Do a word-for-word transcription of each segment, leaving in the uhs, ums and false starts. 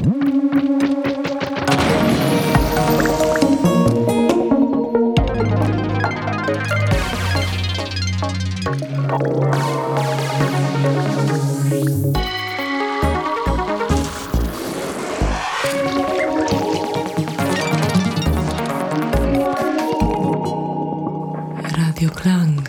Radio Klang.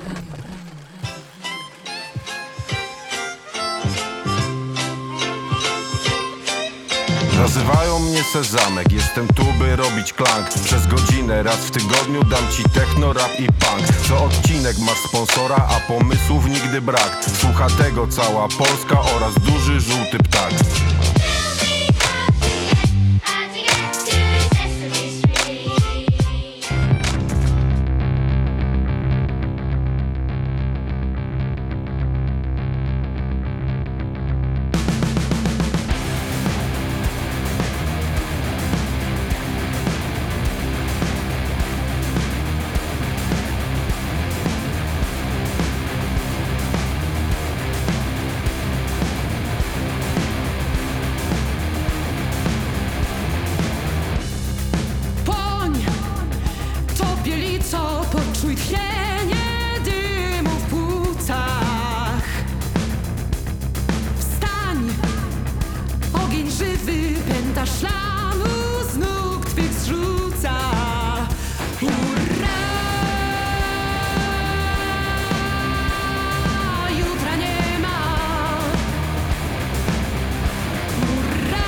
Nazywają mnie Sezamek, jestem tu by robić klang. Przez godzinę raz w tygodniu dam ci techno, rap i punk. Co odcinek masz sponsora, a pomysłów nigdy brak. Słucha tego cała Polska oraz duży żółty ptak. Poczuj tchnienie dymu w płucach. Wstań, ogień żywy pęta szlamu z nóg twych zrzuca. Hurra! Jutra nie ma. Hurra!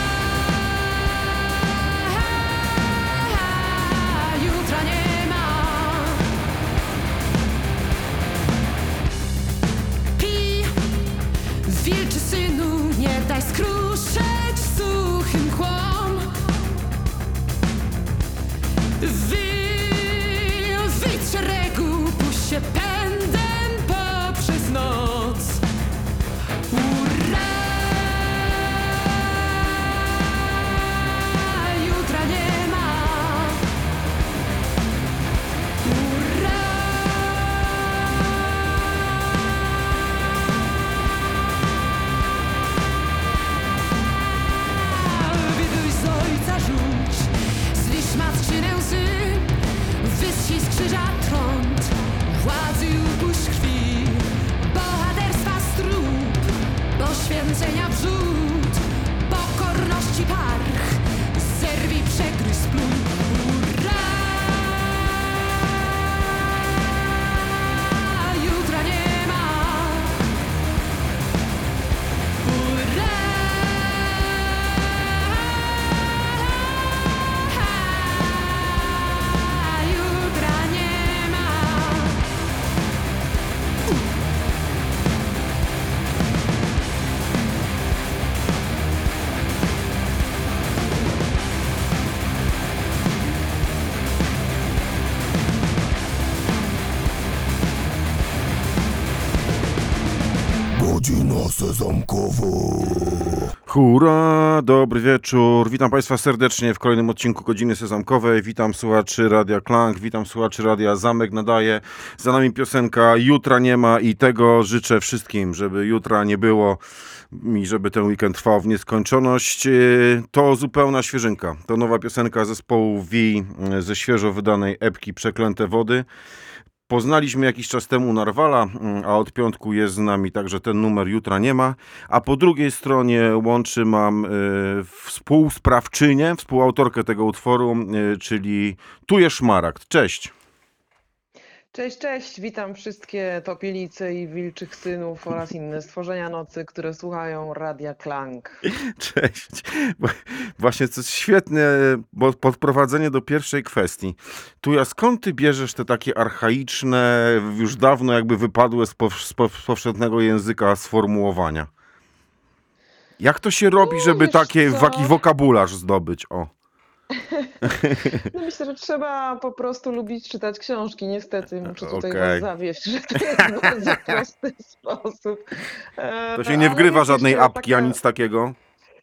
Jutra nie ma. Wilczy synu, nie daj skruszyć suchym kłom. Wyj, wyjdź z szeregu, puść się pędem poprzez noc. Hurra! Jutra nie ma. Hurra! Wyschnij z krzyża trąd, władzy upuść krwi, bohaterstwa strób, poświęcenia wrzód, pokorności parch, zerwij, przegryź, spluj. Hurra! Jutra nie ma. Hurra! Godzina sezamkowa. Hurra, dobry wieczór. Witam Państwa serdecznie w kolejnym odcinku Godziny Sezamkowej. Witam słuchaczy Radia Klang, witam słuchaczy Radia Zamek Nadaje. Za nami piosenka Jutra nie ma i tego życzę wszystkim, żeby jutra nie było i żeby ten weekend trwał w nieskończoność. To zupełna świeżynka. To nowa piosenka zespołu V ze świeżo wydanej epki Przeklęte Wody. Poznaliśmy jakiś czas temu Narwala, a od piątku jest z nami także ten numer Jutra nie ma. A po drugiej stronie łączy mam y, współsprawczynię, współautorkę tego utworu, y, czyli Tuje Szmaragd. Cześć. Cześć, cześć, witam wszystkie topielice i wilczych synów oraz inne stworzenia nocy, które słuchają Radia Klang. Cześć. Właśnie to jest świetne bo podprowadzenie do pierwszej kwestii. Tuja, skąd ty bierzesz te takie archaiczne, już dawno jakby wypadłe z, pow z powszechnego języka sformułowania? Jak to się robi, No, żeby takie, co? taki wokabularz zdobyć? O. No myślę, że trzeba po prostu lubić czytać książki. Niestety muszę tutaj Okej. was zawieść, że to jest bardzo prosty sposób. To się nie Ale wgrywa wiecie, żadnej jeszcze apki taka- ani nic takiego?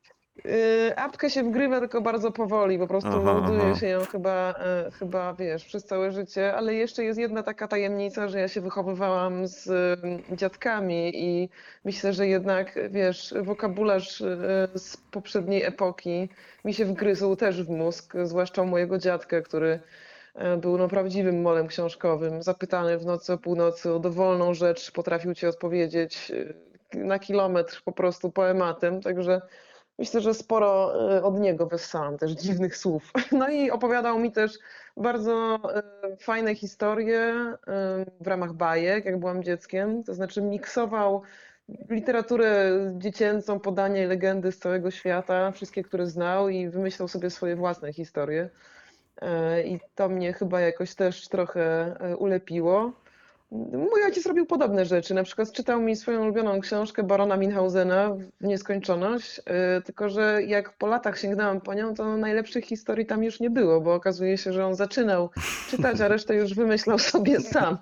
Yy, apkę się wgrywa tylko bardzo powoli, po prostu Aha, buduje aha. się ją chyba, e, chyba wiesz, przez całe życie, ale jeszcze jest jedna taka tajemnica, że ja się wychowywałam z mm, dziadkami i myślę, że jednak, wiesz, wokabularz e, z poprzedniej epoki mi się wgryzł też w mózg, zwłaszcza u mojego dziadka, który e, był no, prawdziwym molem książkowym. Zapytany w nocy o północy o dowolną rzecz, potrafił ci odpowiedzieć e, na kilometr po prostu poematem, także myślę, że sporo e, od niego wyssałam też dziwnych słów. No i opowiadał mi też bardzo e, fajne historie e, w ramach bajek, jak byłam dzieckiem. To znaczy miksował literaturę dziecięcą, podanie legendy z całego świata, wszystkie, które znał i wymyślał sobie swoje własne historie. E, I to mnie chyba jakoś też trochę e, ulepiło. Mój ojciec robił podobne rzeczy. Na przykład czytał mi swoją ulubioną książkę Barona Münchausena w nieskończoność, yy, tylko że jak po latach sięgnęłam po nią, to najlepszych historii tam już nie było, bo okazuje się, że on zaczynał czytać, a resztę już wymyślał sobie sam.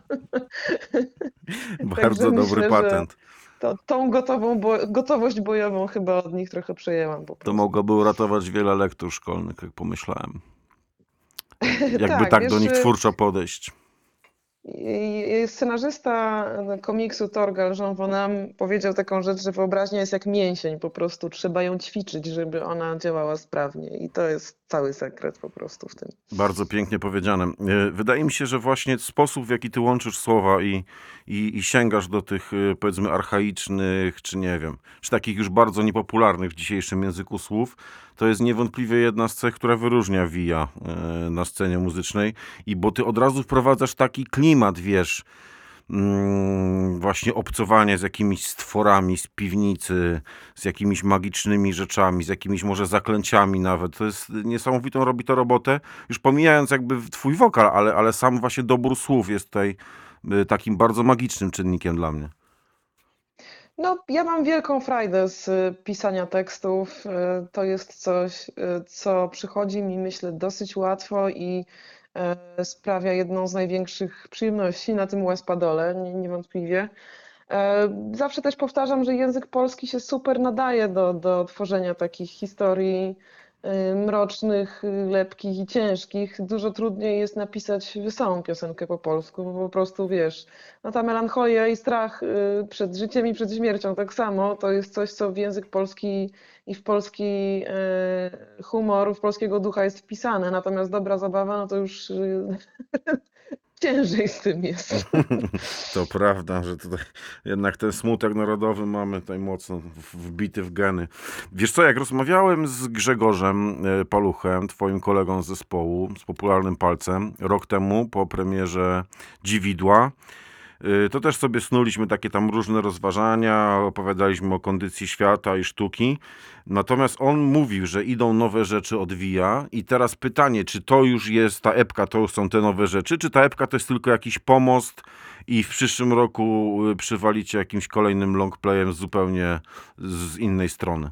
Także Bardzo dobry myślę, że patent. to, tą gotową, bo, gotowość bojową chyba od nich trochę przejęłam po To prostu. mogłoby uratować wiele lektur szkolnych, jak pomyślałem. Jakby Tak, tak do wiesz, nich twórczo podejść. I- i scenarzysta komiksu Torgal Jean Van Damme powiedział taką rzecz, że wyobraźnia jest jak mięsień, po prostu trzeba ją ćwiczyć, żeby ona działała sprawnie. I to jest cały sekret po prostu w tym. Bardzo pięknie powiedziane. E, Wydaje mi się, że właśnie sposób, w jaki ty łączysz słowa i, i, i sięgasz do tych, e, powiedzmy, archaicznych, czy nie wiem, czy takich już bardzo niepopularnych w dzisiejszym języku słów, to jest niewątpliwie jedna z cech, która wyróżnia Vija e, na scenie muzycznej. I bo ty od razu wprowadzasz taki klimat, wiesz, mm, właśnie obcowanie z jakimiś stworami z piwnicy, z jakimiś magicznymi rzeczami, z jakimiś może zaklęciami nawet. To jest niesamowitą robi to robotę. Już pomijając jakby twój wokal, ale, ale sam właśnie dobór słów jest tutaj y, takim bardzo magicznym czynnikiem dla mnie. No, ja mam wielką frajdę z y, pisania tekstów. Y, To jest coś, y, co przychodzi mi, myślę, dosyć łatwo i e, sprawia jedną z największych przyjemności na tym łez-padole, nie- niewątpliwie. E, Zawsze też powtarzam, że język polski się super nadaje do, do tworzenia takich historii y, mrocznych, y, lepkich i ciężkich. Dużo trudniej jest napisać wesołą piosenkę po polsku, bo po prostu wiesz, no ta melancholia i strach y, przed życiem i przed śmiercią tak samo, to jest coś, co w język polski i w polski e, humor, w polskiego ducha jest wpisane. Natomiast dobra zabawa, no to już y, ciężej z tym jest. To prawda, że tutaj jednak ten smutek narodowy mamy tutaj mocno w- wbity w geny. Wiesz co, jak rozmawiałem z Grzegorzem e, Paluchem, twoim kolegą z zespołu, z Popularnym Palcem, rok temu po premierze Dziwidła, y, to też sobie snuliśmy takie tam różne rozważania, opowiadaliśmy o kondycji świata i sztuki. Natomiast on mówił, że idą nowe rzeczy od Vija i teraz pytanie, czy to już jest ta epka, to już są te nowe rzeczy, czy ta epka to jest tylko jakiś pomost i w przyszłym roku y, przywalicie jakimś kolejnym longplayem zupełnie z innej strony.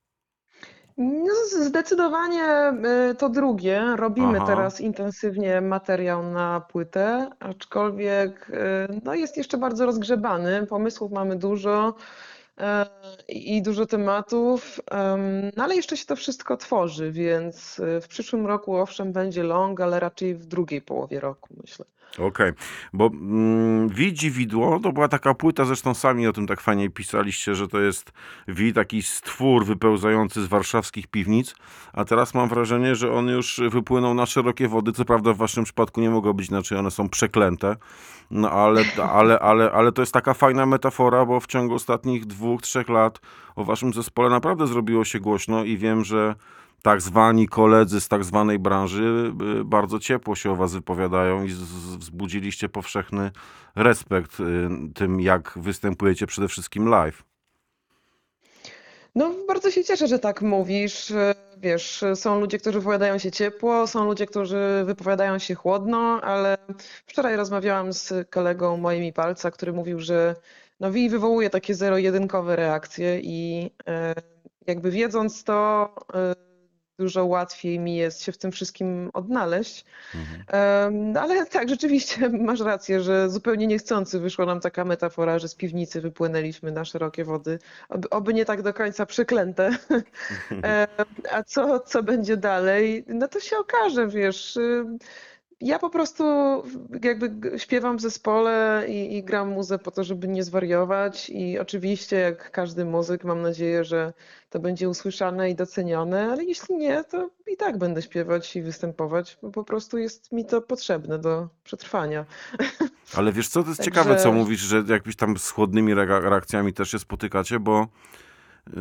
No, z- zdecydowanie y, to drugie. Robimy Aha. teraz intensywnie materiał na płytę, aczkolwiek y, no, jest jeszcze bardzo rozgrzebany. Pomysłów mamy dużo e, i dużo tematów, em, no, ale jeszcze się to wszystko tworzy, więc y, w przyszłym roku owszem będzie long, ale raczej w drugiej połowie roku, myślę. Okej, bo mm, Widzi Widło to była taka płyta, zresztą sami o tym tak fajnie pisaliście, że to jest Wi, taki stwór wypełzający z warszawskich piwnic, a teraz mam wrażenie, że on już wypłynął na szerokie wody, co prawda w waszym przypadku nie mogło być inaczej, one są przeklęte, no ale, ale, ale, ale to jest taka fajna metafora, bo w ciągu ostatnich dwóch, trzech lat o waszym zespole naprawdę zrobiło się głośno i wiem, że tak zwani koledzy z tak zwanej branży y, bardzo ciepło się o was wypowiadają i z- z- wzbudziliście powszechny respekt y, tym, jak występujecie przede wszystkim live. No, bardzo się cieszę, że tak mówisz. E, Wiesz, są ludzie, którzy wypowiadają się ciepło, są ludzie, którzy wypowiadają się chłodno, ale wczoraj rozmawiałam z kolegą moimi palca, który mówił, że no, Wii wywołuje takie zero-jedynkowe reakcje i e, jakby wiedząc to, e, dużo łatwiej mi jest się w tym wszystkim odnaleźć. Mhm. Em, Ale tak, rzeczywiście masz rację, że zupełnie niechcący wyszła nam taka metafora, że z piwnicy wypłynęliśmy na szerokie wody. Oby, oby nie tak do końca przeklęte. Em, A co, co będzie dalej? No to się okaże, wiesz. Ym, Ja po prostu jakby g- śpiewam w zespole i, i gram muzę po to, żeby nie zwariować. I oczywiście, jak każdy muzyk, mam nadzieję, że to będzie usłyszane i docenione, ale jeśli nie, to i tak będę śpiewać i występować, bo po prostu jest mi to potrzebne do przetrwania. Ale wiesz co, to jest ciekawe, co Także mówisz, że jakbyś tam z chłodnymi reak- reakcjami też się spotykacie, bo yy,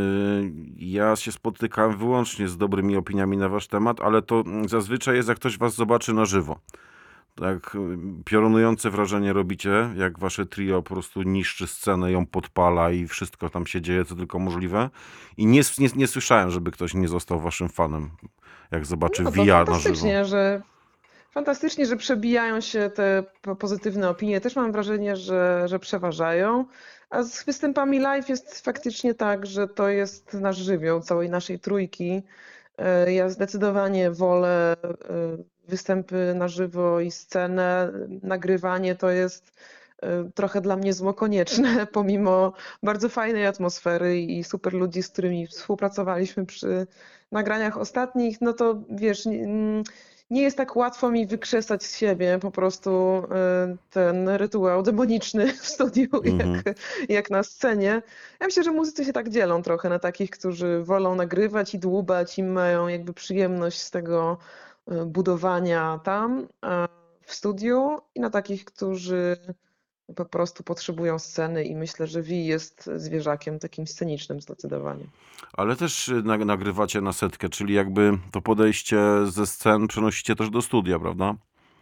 ja się spotykałem wyłącznie z dobrymi opiniami na wasz temat, ale to mm, zazwyczaj jest, jak ktoś was zobaczy na żywo. Tak, y, piorunujące wrażenie robicie, jak wasze trio po prostu niszczy scenę, ją podpala i wszystko tam się dzieje, co tylko możliwe. I nie, s- nie, nie słyszałem, żeby ktoś nie został waszym fanem, jak zobaczy no to V R na żywo. fantastycznie, że fantastycznie, że przebijają się te po- pozytywne opinie. Też mam wrażenie, że, że przeważają. A z występami live jest faktycznie tak, że to jest nasz żywioł całej naszej trójki. E, Ja zdecydowanie wolę e, występy na żywo i scenę. Nagrywanie to jest e, trochę dla mnie zło konieczne, pomimo bardzo fajnej atmosfery i super ludzi, z którymi współpracowaliśmy przy nagraniach ostatnich. No to wiesz, nie, mm, nie jest tak łatwo mi wykrzesać z siebie po prostu e, ten rytuał demoniczny w studiu, Mhm. jak, jak na scenie. Ja myślę, że muzycy się tak dzielą trochę na takich, którzy wolą nagrywać i dłubać i mają jakby przyjemność z tego e, budowania tam e, w studiu i na takich, którzy po prostu potrzebują sceny i myślę, że Wi jest zwierzakiem takim scenicznym zdecydowanie. Ale też y, nag- nagrywacie na setkę, czyli jakby to podejście ze scen przenosicie też do studia, prawda?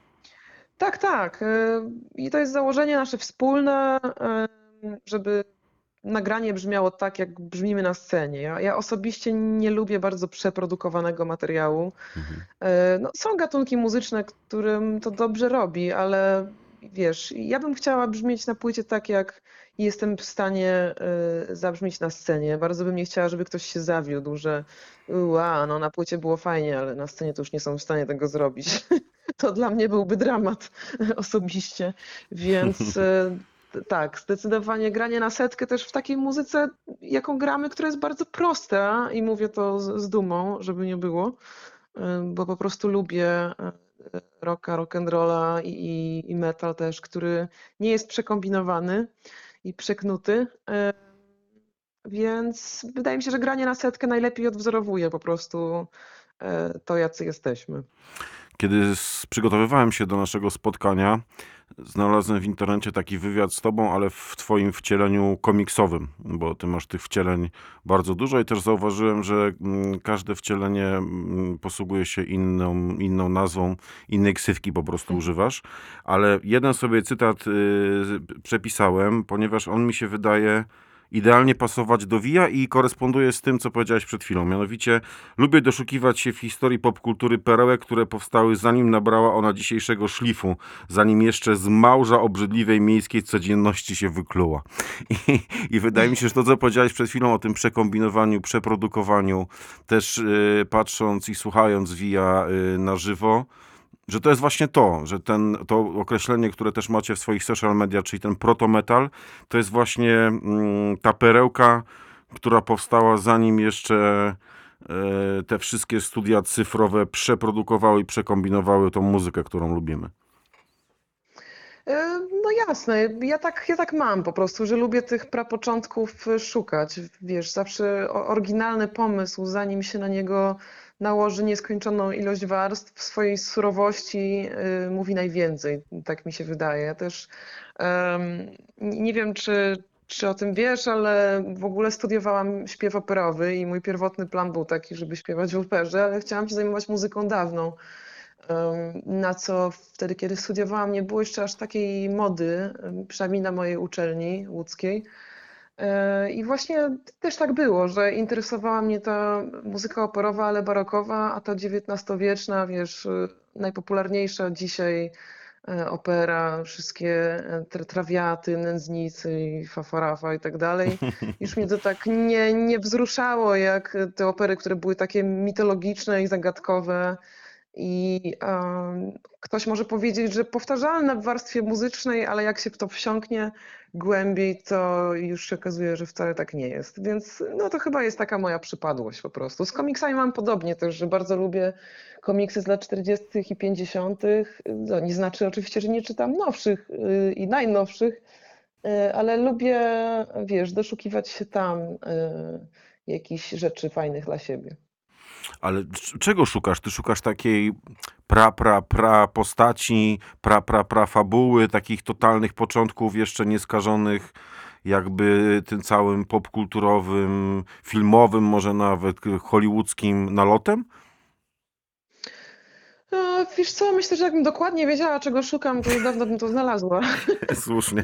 Tak, tak. e, I to jest założenie nasze wspólne, e, żeby nagranie brzmiało tak, jak brzmimy na scenie. Ja, ja osobiście nie lubię bardzo przeprodukowanego materiału. Mhm. E, No, są gatunki muzyczne, którym to dobrze robi, ale wiesz, ja bym chciała brzmieć na płycie tak, jak jestem w stanie e, zabrzmieć na scenie. Bardzo bym nie chciała, żeby ktoś się zawiódł, że ua, no na płycie było fajnie, ale na scenie to już nie są w stanie tego zrobić. To dla mnie byłby dramat osobiście. Więc e, t- tak, zdecydowanie granie na setkę też w takiej muzyce, jaką gramy, która jest bardzo prosta i mówię to z, z dumą, żeby nie było, e, bo po prostu lubię e, rocka, rock'n'rolla i, i i metal też, który nie jest przekombinowany i przeknuty. E, Więc wydaje mi się, że granie na setkę najlepiej odwzorowuje po prostu e, to, jacy jesteśmy. Kiedy s- przygotowywałem się do naszego spotkania, znalazłem w internecie taki wywiad z tobą, ale w twoim wcieleniu komiksowym, bo ty masz tych wcieleń bardzo dużo i też zauważyłem, że mm, każde wcielenie mm, posługuje się inną, inną nazwą, innej ksywki po prostu używasz, ale jeden sobie cytat y, przepisałem, ponieważ on mi się wydaje idealnie pasować do Wija i koresponduje z tym, co powiedziałeś przed chwilą. Mianowicie lubię doszukiwać się w historii popkultury perełek, które powstały zanim nabrała ona dzisiejszego szlifu, zanim jeszcze z małża obrzydliwej miejskiej codzienności się wykluła. I, i wydaje mi się, że to, co powiedziałeś przed chwilą o tym przekombinowaniu, przeprodukowaniu, też y, patrząc i słuchając Wija y, na żywo, że to jest właśnie to, że ten, to określenie, które też macie w swoich social media, czyli ten proto-metal, to jest właśnie mm, ta perełka, która powstała zanim jeszcze e, te wszystkie studia cyfrowe przeprodukowały i przekombinowały tą muzykę, którą lubimy. E, No jasne, ja tak, ja tak mam po prostu, że lubię tych prapoczątków e, szukać. Wiesz, zawsze o- oryginalny pomysł, zanim się na niego nałoży nieskończoną ilość warstw, w swojej surowości e, mówi najwięcej, tak mi się wydaje. Ja też em, n- nie wiem, czy, czy o tym wiesz, ale w ogóle studiowałam śpiew operowy i mój pierwotny plan był taki, żeby śpiewać w operze, ale chciałam się zajmować muzyką dawną. Em, Na co wtedy, kiedy studiowałam, nie było jeszcze aż takiej mody, em, przynajmniej na mojej uczelni łódzkiej. E, I właśnie też tak było, że interesowała mnie ta muzyka operowa, ale barokowa, a ta dziewiętnastowieczna, wiesz, y, najpopularniejsza dzisiaj e, opera, wszystkie e, tra- trawiaty, nędznicy i fafarafa i tak dalej. Już mnie to tak nie, nie wzruszało jak te opery, które były takie mitologiczne i zagadkowe. I em, ktoś może powiedzieć, że powtarzalne w warstwie muzycznej, ale jak się w to wsiąknie głębiej, to już się okazuje, że wcale tak nie jest. Więc no to chyba jest taka moja przypadłość po prostu. Z komiksami mam podobnie też, że bardzo lubię komiksy z lat czterdziestych i pięćdziesiątych. No, nie znaczy oczywiście, że nie czytam nowszych y, i najnowszych, y, ale lubię, wiesz, doszukiwać się tam y, jakichś rzeczy fajnych dla siebie. Ale c- czego szukasz? Ty szukasz takiej pra, pra, pra postaci, pra, pra, pra fabuły, takich totalnych początków jeszcze nieskażonych jakby tym całym popkulturowym, filmowym, może nawet hollywoodzkim nalotem? No, wiesz co, myślę, że jakbym dokładnie wiedziała, czego szukam, to już dawno bym to znalazła. Słusznie.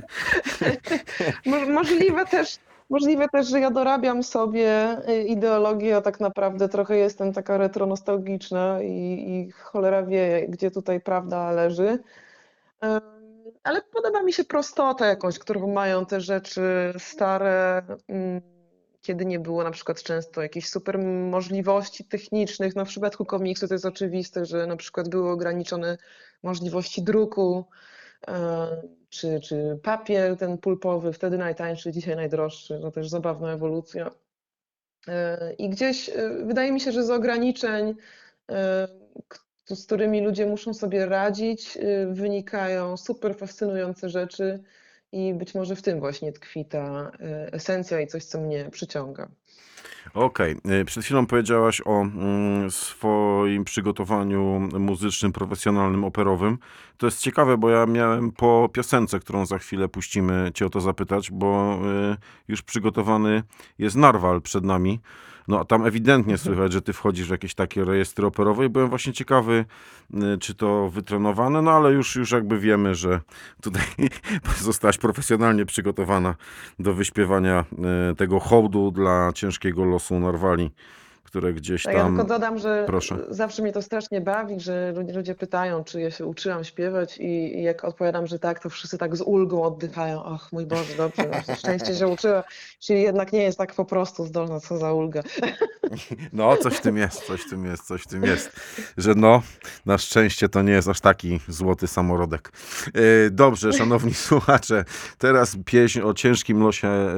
Mo- Możliwe też, możliwe też, że ja dorabiam sobie y, ideologię, a tak naprawdę trochę jestem taka retro-nostalgiczna i, i cholera wie, gdzie tutaj prawda leży. Em, Ale podoba mi się prostota jakąś, którą mają te rzeczy stare, mm, kiedy nie było na przykład często jakichś super możliwości technicznych. No w przypadku komiksu to jest oczywiste, że na przykład były ograniczone możliwości druku, e, czy, czy papier ten pulpowy, wtedy najtańszy, dzisiaj najdroższy. To też zabawna ewolucja. E, I gdzieś e, wydaje mi się, że z ograniczeń, e, k- z którymi ludzie muszą sobie radzić, e, wynikają super fascynujące rzeczy i być może w tym właśnie tkwi ta e, esencja i coś, co mnie przyciąga. Okej, y, przed chwilą powiedziałaś o mm, swoim przygotowaniu muzycznym, profesjonalnym, operowym. To jest ciekawe, bo ja miałem po piosence, którą za chwilę puścimy, cię o to zapytać, bo y, już przygotowany jest Narwal przed nami. No a tam ewidentnie słychać, że ty wchodzisz w jakieś takie rejestry operowe i byłem właśnie ciekawy, y, czy to wytrenowane, no ale już, już jakby wiemy, że tutaj zostałaś profesjonalnie przygotowana do wyśpiewania e, tego hołdu dla ciężkiego losu Narwali, które gdzieś Tak, ja tylko tam... dodam, że Proszę. zawsze mnie to strasznie bawi, że ludzie, ludzie pytają, czy ja się uczyłam śpiewać i, i jak odpowiadam, że tak, to wszyscy tak z ulgą oddychają. Ach, mój Boże, dobrze, no, szczęście się uczyła. Czyli jednak nie jest tak po prostu zdolna, co za ulga. No, coś w tym jest, coś w tym jest, coś w tym jest, że no, na szczęście to nie jest aż taki złoty samorodek. E, Dobrze, szanowni słuchacze, teraz pieśń o ciężkim losie e,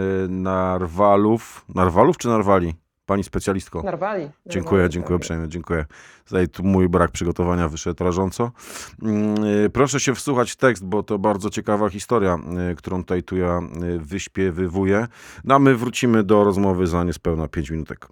Narwalów. Narwalów czy Narwali? Pani specjalistko. Narwali. Dziękuję, Narwali, dziękuję tak. uprzejmie, dziękuję. Tutaj tu mój brak przygotowania wyszedł rażąco. Mm, y, Proszę się wsłuchać w tekst, bo to bardzo ciekawa historia, y, którą tutaj tu ja y, wyśpiewywuję. No a my wrócimy do rozmowy za niespełna pięć minutek.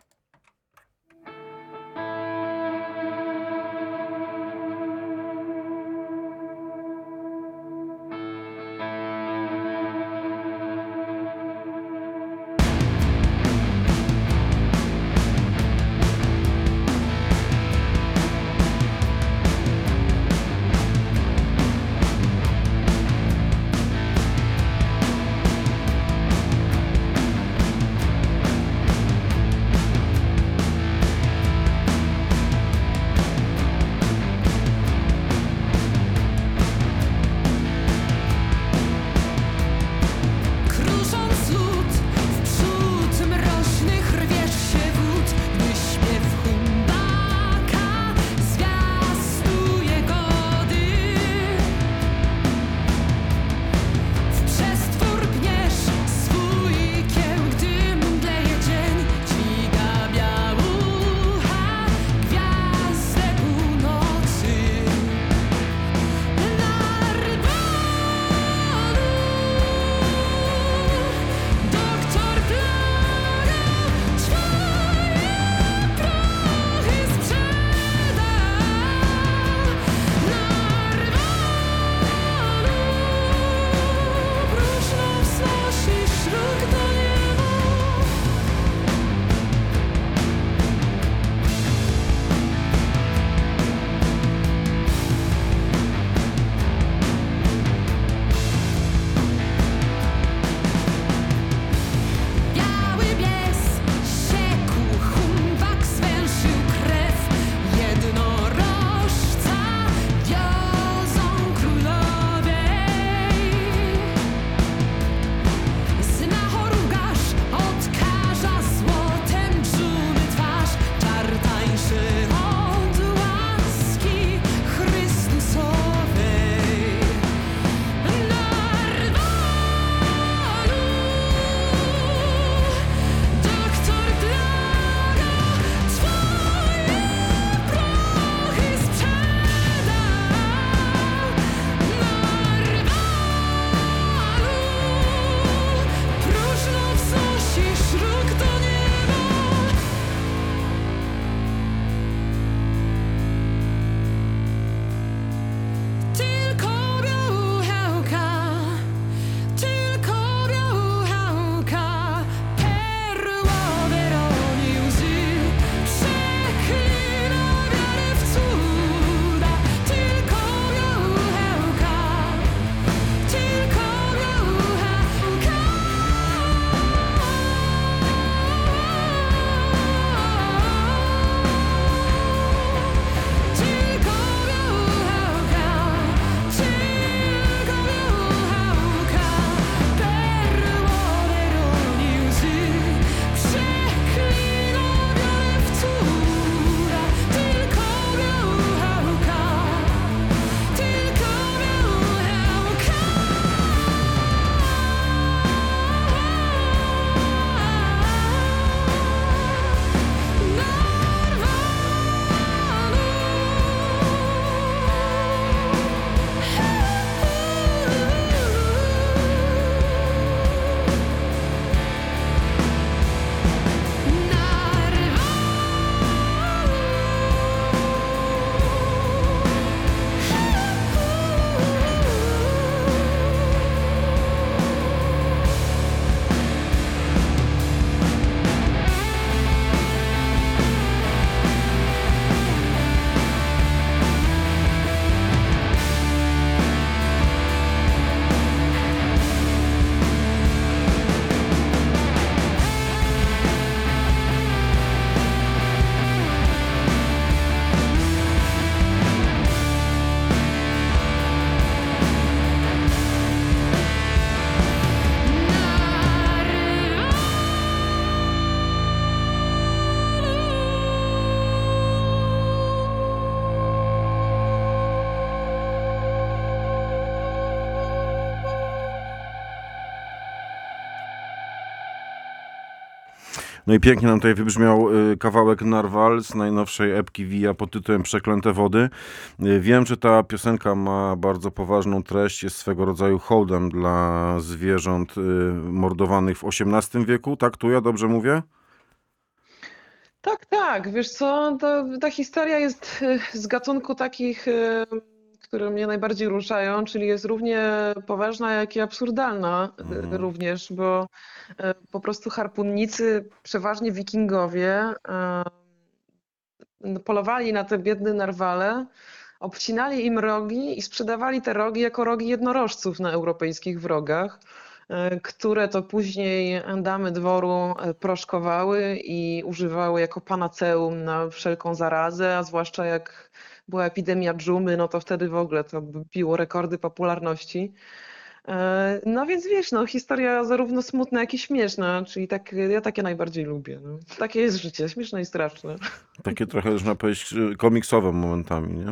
No i pięknie nam tutaj wybrzmiał y, kawałek Narwal z najnowszej epki Via pod tytułem Przeklęte Wody. Y, Wiem, że ta piosenka ma bardzo poważną treść, jest swego rodzaju hołdem dla zwierząt y, mordowanych w osiemnastym wieku. Tak, tu ja dobrze mówię? Tak, tak, wiesz co, ta, ta historia jest e, z gatunku takich, e, które mnie najbardziej ruszają, czyli jest równie poważna, jak i absurdalna e, Mhm. również, bo e, po prostu harpunnicy, przeważnie wikingowie, e, no, polowali na te biedne narwale, obcinali im rogi i sprzedawali te rogi jako rogi jednorożców na europejskich wrogach, e, które to później damy dworu e, proszkowały i używały jako panaceum na wszelką zarazę, a zwłaszcza jak była epidemia dżumy, no to wtedy w ogóle to biło rekordy popularności. E, No więc wiesz, no historia zarówno smutna, jak i śmieszna, czyli tak, ja takie najbardziej lubię. No. Takie jest życie, śmieszne i straszne. Takie trochę, można powiedzieć, y, komiksowe momentami, nie?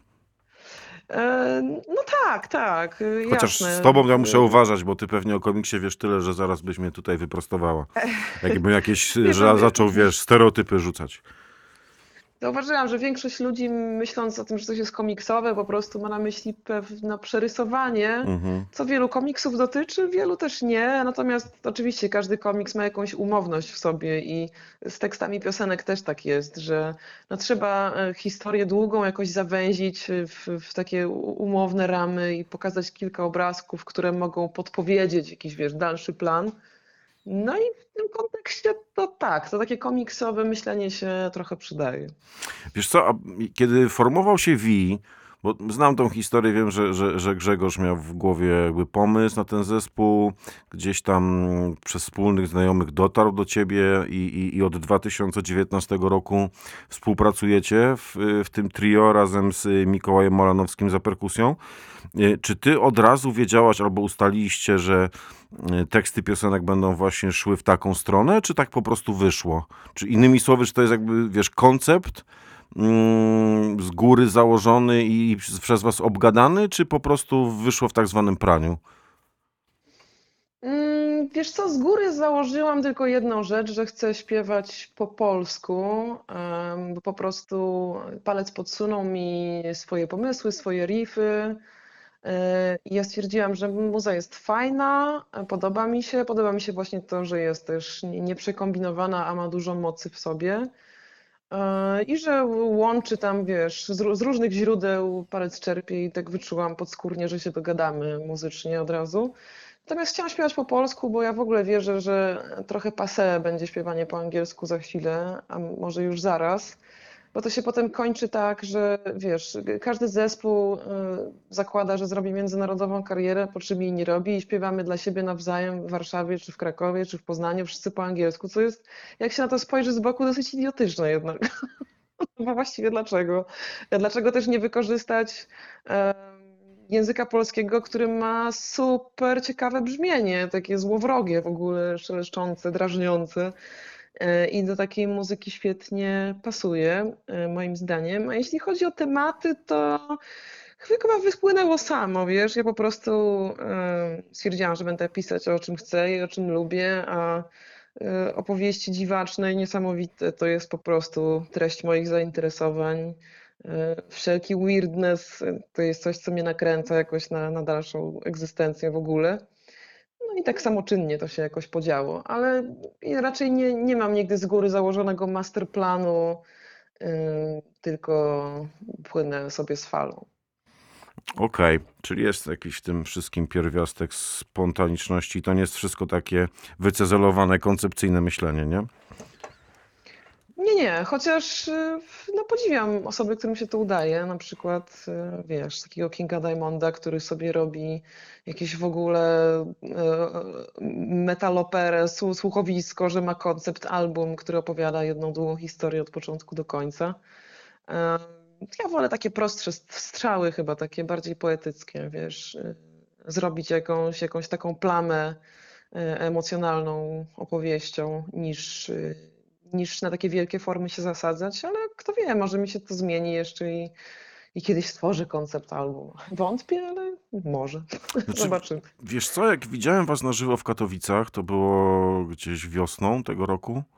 E, No tak, tak, y, Chociaż z jasne. tobą ja muszę Y, uważać, bo ty pewnie o komiksie wiesz tyle, że zaraz byś mnie tutaj wyprostowała. Jakbym jakieś, y, Wiesz, no, że wie- zaczął, wiesz, stereotypy rzucać. zauważyłam, że większość ludzi myśląc o tym, że coś jest komiksowe, po prostu ma na myśli pewne przerysowanie, Mhm. co wielu komiksów dotyczy, wielu też nie. Natomiast oczywiście każdy komiks ma jakąś umowność w sobie i z tekstami piosenek też tak jest, że no trzeba e, historię długą jakoś zawęzić w, w takie u- umowne ramy i pokazać kilka obrazków, które mogą podpowiedzieć jakiś, wiesz, dalszy plan. No i w tym kontekście to tak, to takie komiksowe myślenie się trochę przydaje. Wiesz co, a kiedy formował się V, bo znam tą historię, wiem, że, że, że Grzegorz miał w głowie jakby pomysł na ten zespół, gdzieś tam przez wspólnych znajomych dotarł do ciebie i, i, i od dwa tysiące dziewiętnastego roku współpracujecie w, w tym trio razem z Mikołajem Malanowskim za perkusją. Y, Czy ty od razu wiedziałaś albo ustaliliście, że y, teksty piosenek będą właśnie szły w taką stronę, czy tak po prostu wyszło? Czy innymi słowy, czy to jest jakby, wiesz, koncept mm, z góry założony i przez przez was obgadany, czy po prostu wyszło w tak zwanym praniu? Mm, Wiesz co, z góry założyłam tylko jedną rzecz, że chcę śpiewać po polsku, em, bo po prostu palec podsunął mi swoje pomysły, swoje riffy. e, I ja stwierdziłam, że muza jest fajna, e, podoba mi się. Podoba mi się właśnie to, że jest też nie- nieprzekombinowana, a ma dużo mocy w sobie. E, I że łączy tam, wiesz, z, ró- z różnych źródeł palec czerpie i tak wyczułam podskórnie, że się dogadamy muzycznie od razu. Natomiast chciałam śpiewać po polsku, bo ja w ogóle wierzę, że trochę passé będzie śpiewanie po angielsku za chwilę, a może już zaraz. Bo to się potem kończy tak, że wiesz, każdy zespół y, zakłada, że zrobi międzynarodową karierę, po czym jej nie robi i śpiewamy dla siebie nawzajem w Warszawie, czy w Krakowie, czy w Poznaniu, wszyscy po angielsku, co jest, jak się na to spojrzy z boku, dosyć idiotyczne jednak. Bo właściwie dlaczego? Dlaczego też nie wykorzystać em, języka polskiego, który ma super ciekawe brzmienie, takie złowrogie w ogóle, szeleszczące, drażniące e, i do takiej muzyki świetnie pasuje, e, moim zdaniem. A jeśli chodzi o tematy, to chyba wypłynęło samo, wiesz, ja po prostu e, stwierdziłam, że będę pisać o czym chcę i o czym lubię, a e, opowieści dziwaczne i niesamowite to jest po prostu treść moich zainteresowań. E, Wszelki weirdness e, to jest coś, co mnie nakręca jakoś na, na dalszą egzystencję w ogóle. No i tak samoczynnie to się jakoś podziało, ale raczej nie, nie mam nigdy z góry założonego masterplanu, e, tylko płynę sobie z falą. Okej, czyli jest jakiś w tym wszystkim pierwiastek spontaniczności. To nie jest wszystko takie wycezelowane, koncepcyjne myślenie, nie? Nie, nie, chociaż y, no, podziwiam osoby, którym się to udaje. Na przykład, y, wiesz, takiego Kinga Diamonda, który sobie robi jakieś w ogóle y, metaloperę, słu- słuchowisko, że ma koncept album, który opowiada jedną długą historię od początku do końca. Y, Ja wolę takie prostsze st- strzały, chyba takie bardziej poetyckie, wiesz, y, zrobić jakąś, jakąś taką plamę e, emocjonalną opowieścią niż, y, niż na takie wielkie formy się zasadzać, ale kto wie, może mi się to zmieni jeszcze i, i kiedyś stworzę koncept album. Wątpię, ale może. Znaczy, Zobaczymy. wiesz co, jak widziałem was na żywo w Katowicach, to było gdzieś wiosną tego roku,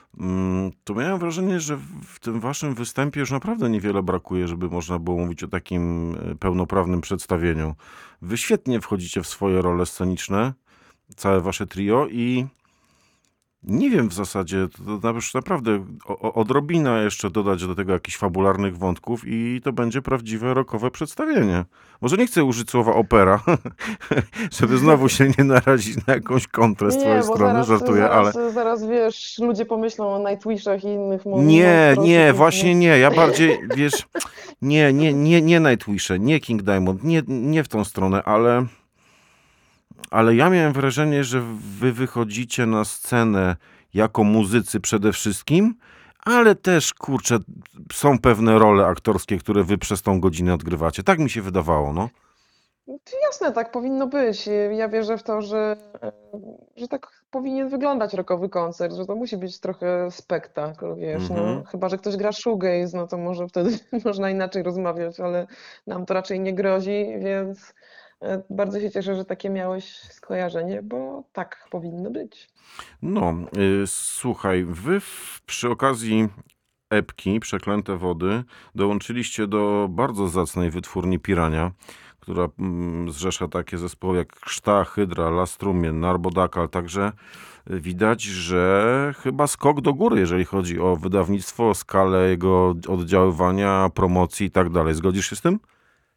Mm, To miałem wrażenie, że w tym waszym występie już naprawdę niewiele brakuje, żeby można było mówić o takim e, pełnoprawnym przedstawieniu. Wy świetnie wchodzicie w swoje role sceniczne, całe wasze trio i nie wiem w zasadzie, to, to już naprawdę o, o, odrobina jeszcze dodać do tego jakichś fabularnych wątków i to będzie prawdziwe rockowe przedstawienie. Może nie chcę użyć słowa opera, żeby znowu się nie narazić na jakąś kontrę z twojej Nie, bo strony, zaraz, żartuję, ale zaraz, zaraz wiesz, ludzie pomyślą o Nightwishach i innych mo- nie, nie, monstrosiach, właśnie więc nie. Ja bardziej, wiesz, nie, nie, nie, nie Nightwishe, nie King Diamond, nie, nie w tą stronę, ale, ale ja miałem wrażenie, że wy wychodzicie na scenę jako muzycy przede wszystkim, ale też, kurczę, są pewne role aktorskie, które wy przez tą godzinę odgrywacie. Tak mi się wydawało, no. jasne, tak powinno być. Ja wierzę w to, że, e, że tak powinien wyglądać rockowy koncert, że to musi być trochę spektakl, wiesz, no. Mhm. Chyba że ktoś gra shoegaze, no to może wtedy można inaczej rozmawiać, ale nam to raczej nie grozi, więc e, bardzo się cieszę, że takie miałeś skojarzenie, bo tak powinno być. No, y, słuchaj, wy w, przy okazji epki Przeklęte Wody dołączyliście do bardzo zacnej wytwórni Pirania, która mm, zrzesza takie zespoły jak Krzta, Hydra, Lastrumien, Narbodakal, także widać, że chyba skok do góry, jeżeli chodzi o wydawnictwo, skalę jego oddziaływania, promocji i tak dalej. Zgodzisz się z tym?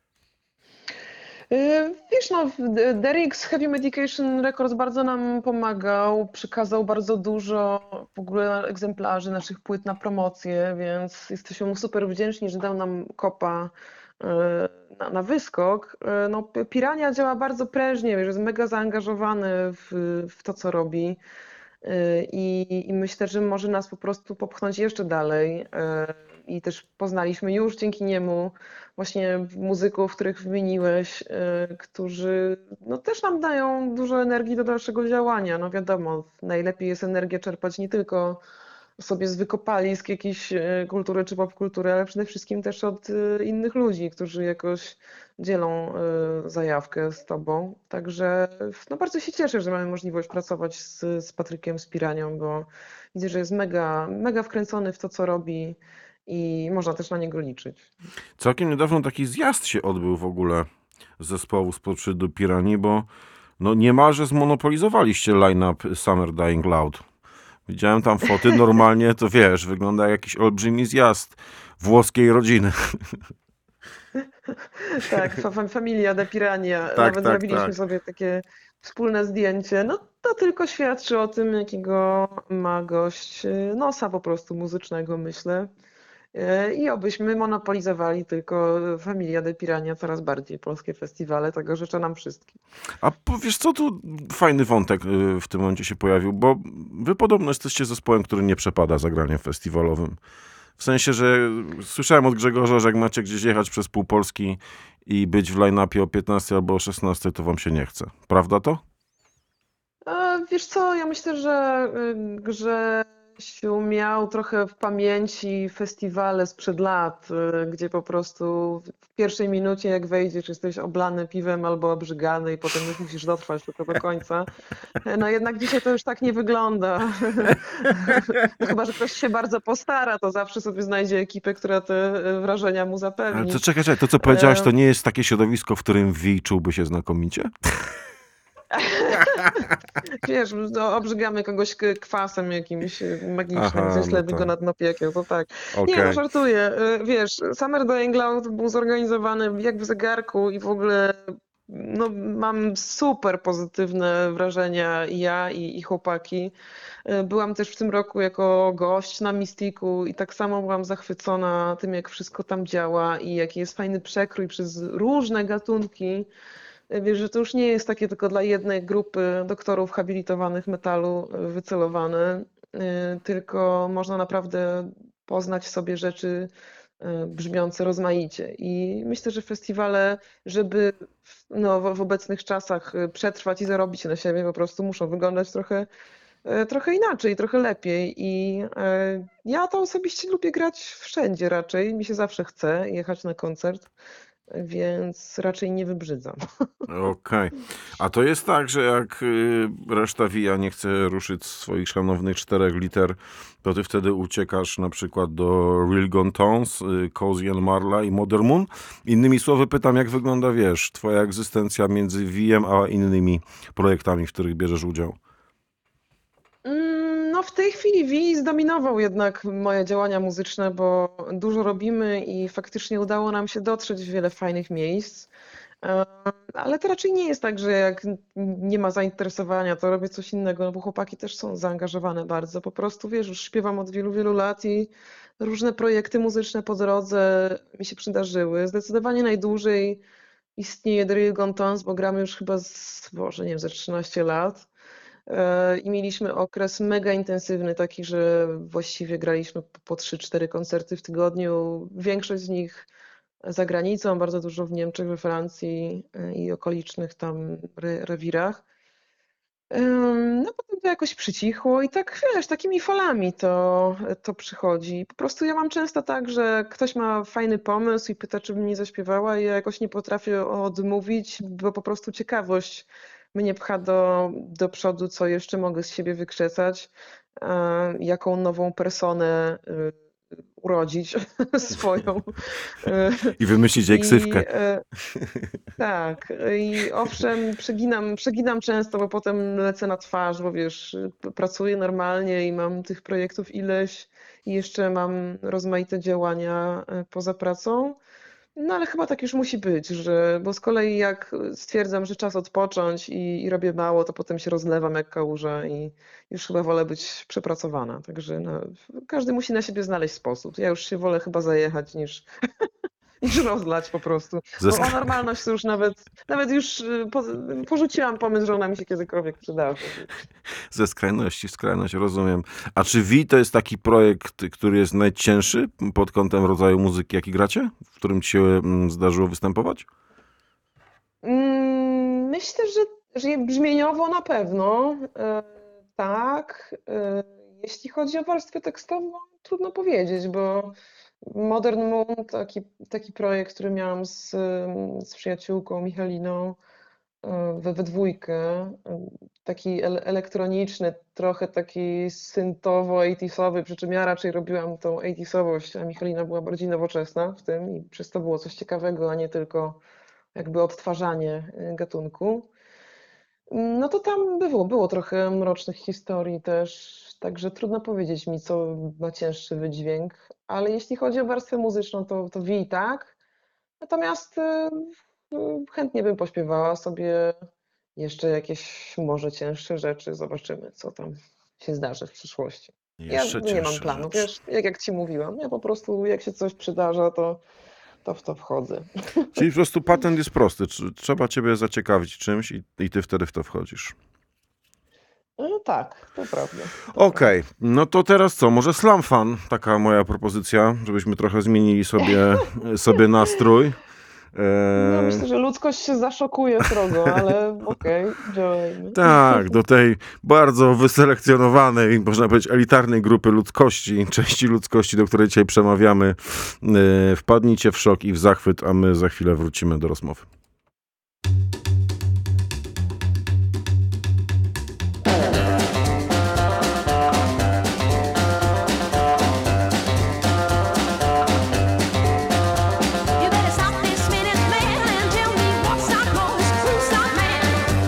Yy, Wiesz, no, D- Derrick's Heavy Medication Records bardzo nam pomagał, przekazał bardzo dużo w ogóle egzemplarzy naszych płyt na promocję, więc jesteśmy mu super wdzięczni, że dał nam kopa yy, na, na wyskok. Yy, No, P- Pirania działa bardzo prężnie, wiesz, jest mega zaangażowany w, w to, co robi. Yy, I, I myślę, że może nas po prostu popchnąć jeszcze dalej. Yy, I też poznaliśmy już dzięki niemu właśnie muzyków, których wymieniłeś, yy, którzy no, też nam dają dużo energii do dalszego działania. No wiadomo, najlepiej jest energię czerpać nie tylko sobie z wykopalisk jakiejś yy, kultury czy popkultury, ale przede wszystkim też od yy, innych ludzi, którzy jakoś dzielą yy, zajawkę z tobą. Także no, bardzo się cieszę, że mamy możliwość pracować z, z Patrykiem Spiranią, bo widzę, że jest mega, mega wkręcony w to, co robi i można też na niego liczyć. Całkiem niedawno taki zjazd się odbył w ogóle zespołu spod szyldu Piranii, bo no niemalże zmonopolizowaliście line-up Summer Dying Loud. Widziałem tam foty, normalnie to wiesz, wygląda jak jakiś olbrzymi zjazd włoskiej rodziny. Tak, fa- fa- Familia de Pirania. Tak, Nawet tak, zrobiliśmy tak. sobie takie wspólne zdjęcie. No to tylko świadczy o tym, jakiego ma gość y, nosa po prostu muzycznego, myślę. Y, I obyśmy monopolizowali tylko Familia de Pirania coraz bardziej polskie festiwale. Tego życzę nam wszystkim. A powiesz co, tu fajny wątek y, w tym momencie się pojawił, bo wy podobno jesteście zespołem, który nie przepada za graniem festiwalowym. W sensie, że słyszałem od Grzegorza, że jak macie gdzieś jechać przez pół Polski i być w line-upie o piętnastej albo o szesnastej, to wam się nie chce. Prawda to? A wiesz co, ja myślę, że y, Grzesiu miał trochę w pamięci festiwale sprzed lat, y, gdzie po prostu w pierwszej minucie jak wejdziesz jesteś oblany piwem albo obrzygany i potem już musisz dotrwać tylko do końca. No jednak dzisiaj to już tak nie wygląda. No chyba, że ktoś się bardzo postara, to zawsze sobie znajdzie ekipę, która te y, wrażenia mu Ale zapewni. to czekaj, czekaj, to co powiedziałaś, E, to nie jest takie środowisko, w którym Wi czułby się znakomicie? Wiesz, no, obrzygamy kogoś k- kwasem jakimś y, magicznym, Aha, no ześlemy go tak. na dno piekieł, to tak. Nie, no Okej. żartuję. Y, Wiesz, Summer Dying Loud był zorganizowany jak w zegarku i w ogóle no, mam super pozytywne wrażenia i ja i, i chłopaki. Y, Byłam też w tym roku jako gość na Mistiku i tak samo byłam zachwycona tym, jak wszystko tam działa i jaki jest fajny przekrój przez różne gatunki. Wiesz, że to już nie jest takie tylko dla jednej grupy doktorów habilitowanych metalu y, wycelowane, y, tylko można naprawdę poznać w sobie rzeczy y, brzmiące rozmaicie. I myślę, że festiwale, żeby w- no, w w obecnych czasach y, przetrwać i zarobić na siebie, po prostu muszą wyglądać trochę, y, trochę inaczej, trochę lepiej. I y, ja to osobiście lubię grać wszędzie raczej. Mi się zawsze chce jechać na koncert. więc raczej nie wybrzydzam. Okej. A to jest tak, że jak y, reszta Vija nie chce ruszyć z swoich szanownych czterech liter, to ty wtedy uciekasz na przykład do Real Gone Tones, y, Cozy and Marla i Modern Moon. Innymi słowy pytam, jak wygląda, wiesz, twoja egzystencja między Vijem a innymi projektami, w których bierzesz udział? Mm, No w tej chwili Wi zdominował jednak moje działania muzyczne, bo dużo robimy i faktycznie udało nam się dotrzeć w wiele fajnych miejsc. E, Ale to raczej nie jest tak, że jak n- nie ma zainteresowania, to robię coś innego, no bo chłopaki też są zaangażowane bardzo. Po prostu wiesz, już śpiewam od wielu, wielu lat i różne projekty muzyczne po drodze mi się przydarzyły. Zdecydowanie najdłużej istnieje The Real Gone Tones, bo gramy już chyba z, Boże, nie wiem, ze trzynaście lat. E, I mieliśmy okres mega intensywny, taki, że właściwie graliśmy po po trzy cztery koncerty w tygodniu. Większość z nich za granicą, bardzo dużo w Niemczech, we Francji e, i okolicznych tam re, rewirach. Ym, No potem to jakoś przycichło i tak wiesz, takimi falami to, to przychodzi. Po prostu ja mam często tak, że ktoś ma fajny pomysł i pyta, czy bym nie zaśpiewała i ja jakoś nie potrafię odmówić, bo po prostu ciekawość mnie pcha do, do przodu, co jeszcze mogę z siebie wykrzesać, e, jaką nową personę y, urodzić swoją. Y, I wymyślić ksywkę. I, e, tak, i owszem, przeginam, przeginam często, bo potem lecę na twarz, bo wiesz, p- pracuję normalnie i mam tych projektów ileś i jeszcze mam rozmaite działania e, poza pracą. No ale chyba tak już musi być, że, bo z kolei jak stwierdzam, że czas odpocząć i, i robię mało, to potem się rozlewam jak kałuża i już chyba wolę być przepracowana. Także no, każdy musi na siebie znaleźć sposób. Ja już się wolę chyba zajechać niż, niż rozlać po prostu. Ze Bo o sk- normalność to już nawet, nawet już y, po, porzuciłam pomysł, że ona mi się kiedykolwiek przydarzy. Ze skrajności w skrajność, rozumiem. A czy Vi to jest taki projekt, który jest najcięższy pod kątem rodzaju muzyki, jaki gracie? W którym ci się mm, zdarzyło występować? Mm, Myślę, że, że brzmieniowo na pewno e, tak. E, Jeśli chodzi o warstwę tekstową, trudno powiedzieć, bo Modern Moon, taki, taki projekt, który miałam z, em, z przyjaciółką Michaliną e, we, we dwójkę, e, taki ele- elektroniczny, trochę taki syntowo-ojemniskowy, przy czym ja raczej robiłam tą ojemniskowość, a Michalina była bardziej nowoczesna w tym i przez to było coś ciekawego, a nie tylko jakby odtwarzanie y, gatunku. No to tam było, było trochę mrocznych historii też, także trudno powiedzieć mi, co ma cięższy wydźwięk, ale jeśli chodzi o warstwę muzyczną, to, to Wi tak. Natomiast y, y, chętnie bym pośpiewała sobie jeszcze jakieś może cięższe rzeczy. Zobaczymy, co tam się zdarzy w przyszłości. Ja Jeszcze nie mam cięższe planu, rzeczy. wiesz, jak, jak ci mówiłam, ja po prostu jak się coś przydarza, to, to w to wchodzę. Czyli po prostu patent jest prosty. Tr- Trzeba ciebie zaciekawić czymś i, i ty wtedy w to wchodzisz. No tak, to prawda. Okej, no to teraz co? Może Slam Fan? Taka moja propozycja, żebyśmy trochę zmienili sobie, sobie nastrój. No Eee, myślę, że ludzkość się zaszokuje srogo, ale okej, działajmy. tak, do tej bardzo wyselekcjonowanej, można powiedzieć elitarnej grupy ludzkości, części ludzkości, do której dzisiaj przemawiamy, e, wpadnijcie w szok i w zachwyt, a my za chwilę wrócimy do rozmowy. You better stop this minute man and tell me what's not most who's not man.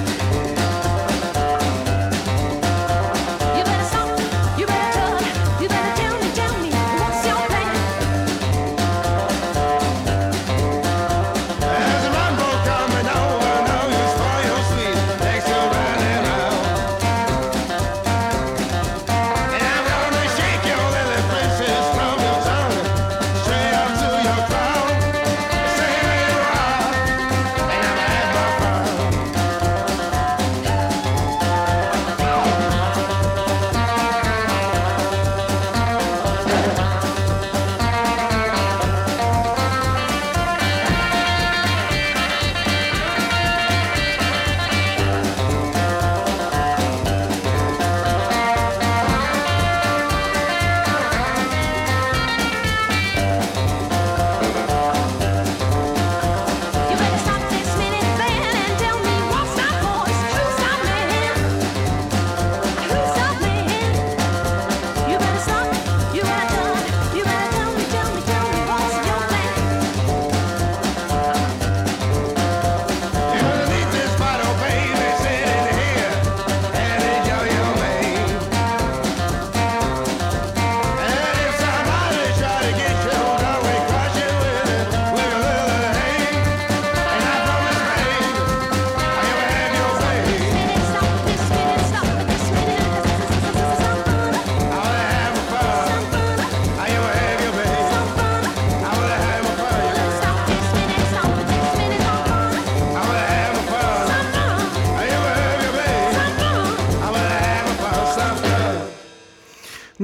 You better stop, you better cut, you better tell me, tell me what's your plan. There's a man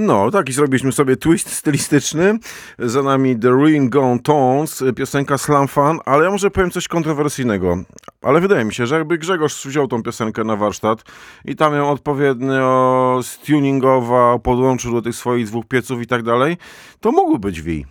No, taki zrobiliśmy sobie twist stylistyczny. Za nami The Ruin Gone Tones, piosenka Slam Fun, ale ja może powiem coś kontrowersyjnego. Ale wydaje mi się, że jakby Grzegorz wziął tą piosenkę na warsztat i tam ją odpowiednio stuningował, podłączył do tych swoich dwóch pieców i tak dalej, to mógł być Wi.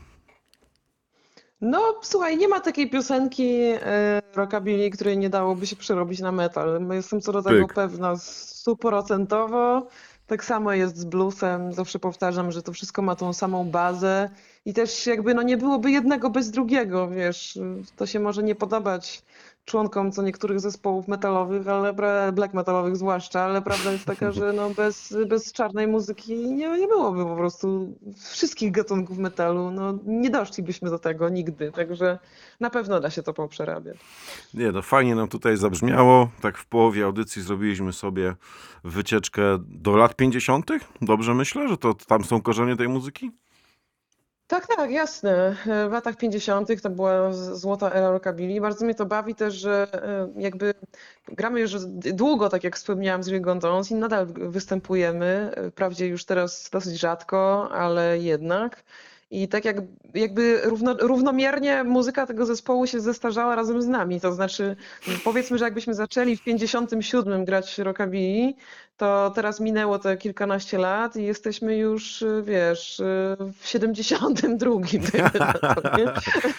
No, słuchaj, nie ma takiej piosenki e, rockabilly, której nie dałoby się przerobić na metal. Jestem co do tego Pyk. pewna stuprocentowo. Tak samo jest z bluesem. Zawsze powtarzam, że to wszystko ma tą samą bazę i też jakby no nie byłoby jednego bez drugiego, wiesz. To się może nie podobać członkom co niektórych zespołów metalowych, ale bra- black metalowych zwłaszcza, ale prawda jest taka, że no bez, bez czarnej muzyki nie, nie byłoby po prostu wszystkich gatunków metalu. No nie doszlibyśmy do tego nigdy, także na pewno da się to poprzerabiać. Nie, to fajnie nam tutaj zabrzmiało. Tak w połowie audycji zrobiliśmy sobie wycieczkę do lat pięćdziesiątych. Dobrze myślę, że to tam są korzenie tej muzyki? Tak, tak, jasne. W latach pięćdziesiątych to była z- złota era rockabilly. Bardzo mnie to bawi też, że e, jakby gramy już d- długo, tak jak wspomniałam, z Rigon Tones i nadal występujemy. e, Wprawdzie już teraz dosyć rzadko, ale jednak. I tak jak, jakby równo, równomiernie muzyka tego zespołu się zestarzała razem z nami. To znaczy, powiedzmy, że jakbyśmy zaczęli w pięćdziesiątym siódmym grać rockabilly, to teraz minęło te kilkanaście lat i jesteśmy już, y, wiesz, y, w siedemdziesiątym drugim. dajmy na to, nie?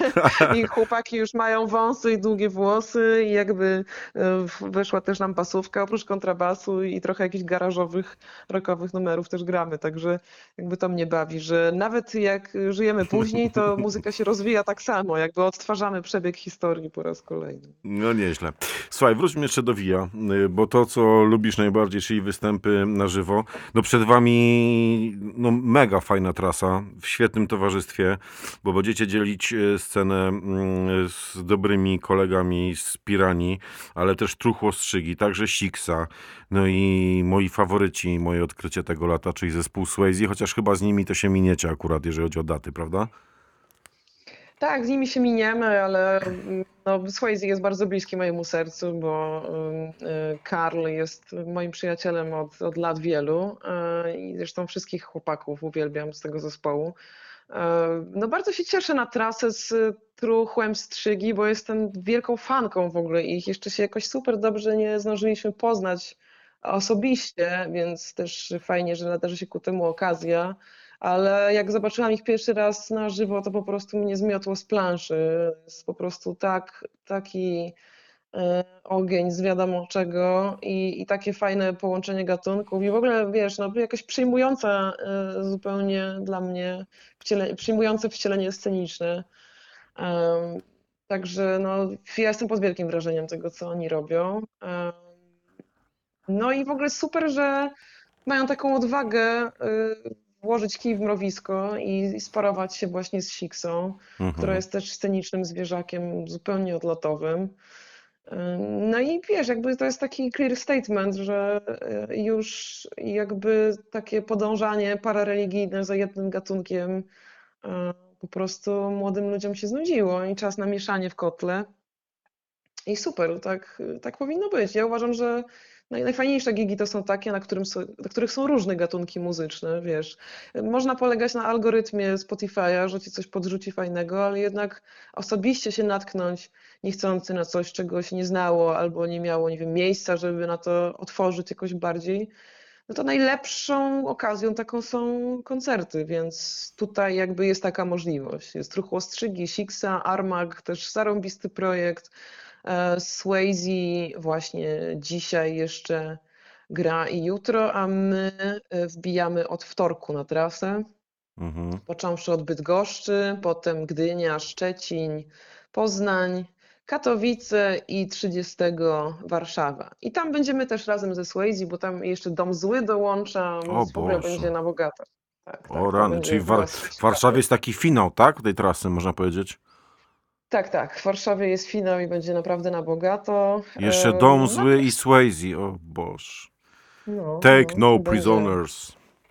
I chłopaki już mają wąsy i długie włosy i jakby y, w- weszła też nam basówka, oprócz kontrabasu i trochę jakichś garażowych, rockowych numerów też gramy. Także jakby to mnie bawi, że nawet jak żyjemy później, to muzyka się rozwija tak samo, jakby odtwarzamy przebieg historii po raz kolejny. No nieźle. Słuchaj, wróćmy jeszcze do Wija, y, bo to, co lubisz najbardziej, czyli występy na żywo, no przed wami no mega fajna trasa, w świetnym towarzystwie, bo będziecie dzielić y, scenę mm, z dobrymi kolegami z Piranii, ale też Truchło Strzygi, także Sixa, no i moi faworyci, moje odkrycie tego lata, czyli zespół Swayze, chociaż chyba z nimi to się miniecie akurat, jeżeli chodzi o daty, prawda? Tak, z nimi się miniemy, ale mm, no, Swayze jest bardzo bliski mojemu sercu, bo ym, y, Karl jest moim przyjacielem od, od lat wielu y, i zresztą wszystkich chłopaków uwielbiam z tego zespołu. Y, No bardzo się cieszę na trasę z Truchłem Strzygi, bo jestem wielką fanką w ogóle ich. Jeszcze się jakoś super dobrze nie zdążyliśmy poznać osobiście, więc też fajnie, że nadarzy się ku temu okazja. Ale jak zobaczyłam ich pierwszy raz na żywo, to po prostu mnie zmiotło z planszy. Jest po prostu tak, taki e, ogień z wiadomo czego i, i takie fajne połączenie gatunków. I w ogóle, wiesz, no jakaś przyjmująca e, zupełnie dla mnie, wciele, przyjmujące wcielenie sceniczne. Em, Także no, ja jestem pod wielkim wrażeniem tego, co oni robią. Em, No i w ogóle super, że mają taką odwagę y, włożyć kij w mrowisko i, i sparować się właśnie z Siksą, która jest też scenicznym zwierzakiem zupełnie odlotowym. Y, No i wiesz, jakby to jest taki clear statement, że y, już jakby takie podążanie parareligijne za jednym gatunkiem y, po prostu młodym ludziom się znudziło i czas na mieszanie w kotle. I super, tak, tak powinno być. Ja uważam, że naj, najfajniejsze gigi to są takie, na, którym są, na których są różne gatunki muzyczne, wiesz. Można polegać na algorytmie Spotify'a, że ci coś podrzuci fajnego, ale jednak osobiście się natknąć niechcący na coś, czego się nie znało albo nie miało, nie wiem, miejsca, żeby na to otworzyć jakoś bardziej, no to najlepszą okazją taką są koncerty, więc tutaj jakby jest taka możliwość. Jest Truchło Strzygi, Sixa, Armag, też zarąbisty projekt. E, Swayze właśnie dzisiaj jeszcze gra i jutro, a my e, wbijamy od wtorku na trasę, Mhm. począwszy od Bydgoszczy, potem Gdynia, Szczecin, Poznań, Katowice i trzydziestego Warszawa. I tam będziemy też razem ze Swayze, bo tam jeszcze Dom Zły dołącza, O więc w ogóle Boże. będzie na bogato. Tak, tak, O to rany, będzie czyli w, War- chyba w Warszawie jest taki finał, tak? Tej trasy, można powiedzieć. Tak, tak. W Warszawie jest finał i będzie naprawdę na bogato. Jeszcze Em, Dom No, Zły i Swayze, o Boże. no, Take no, no będzie. prisoners.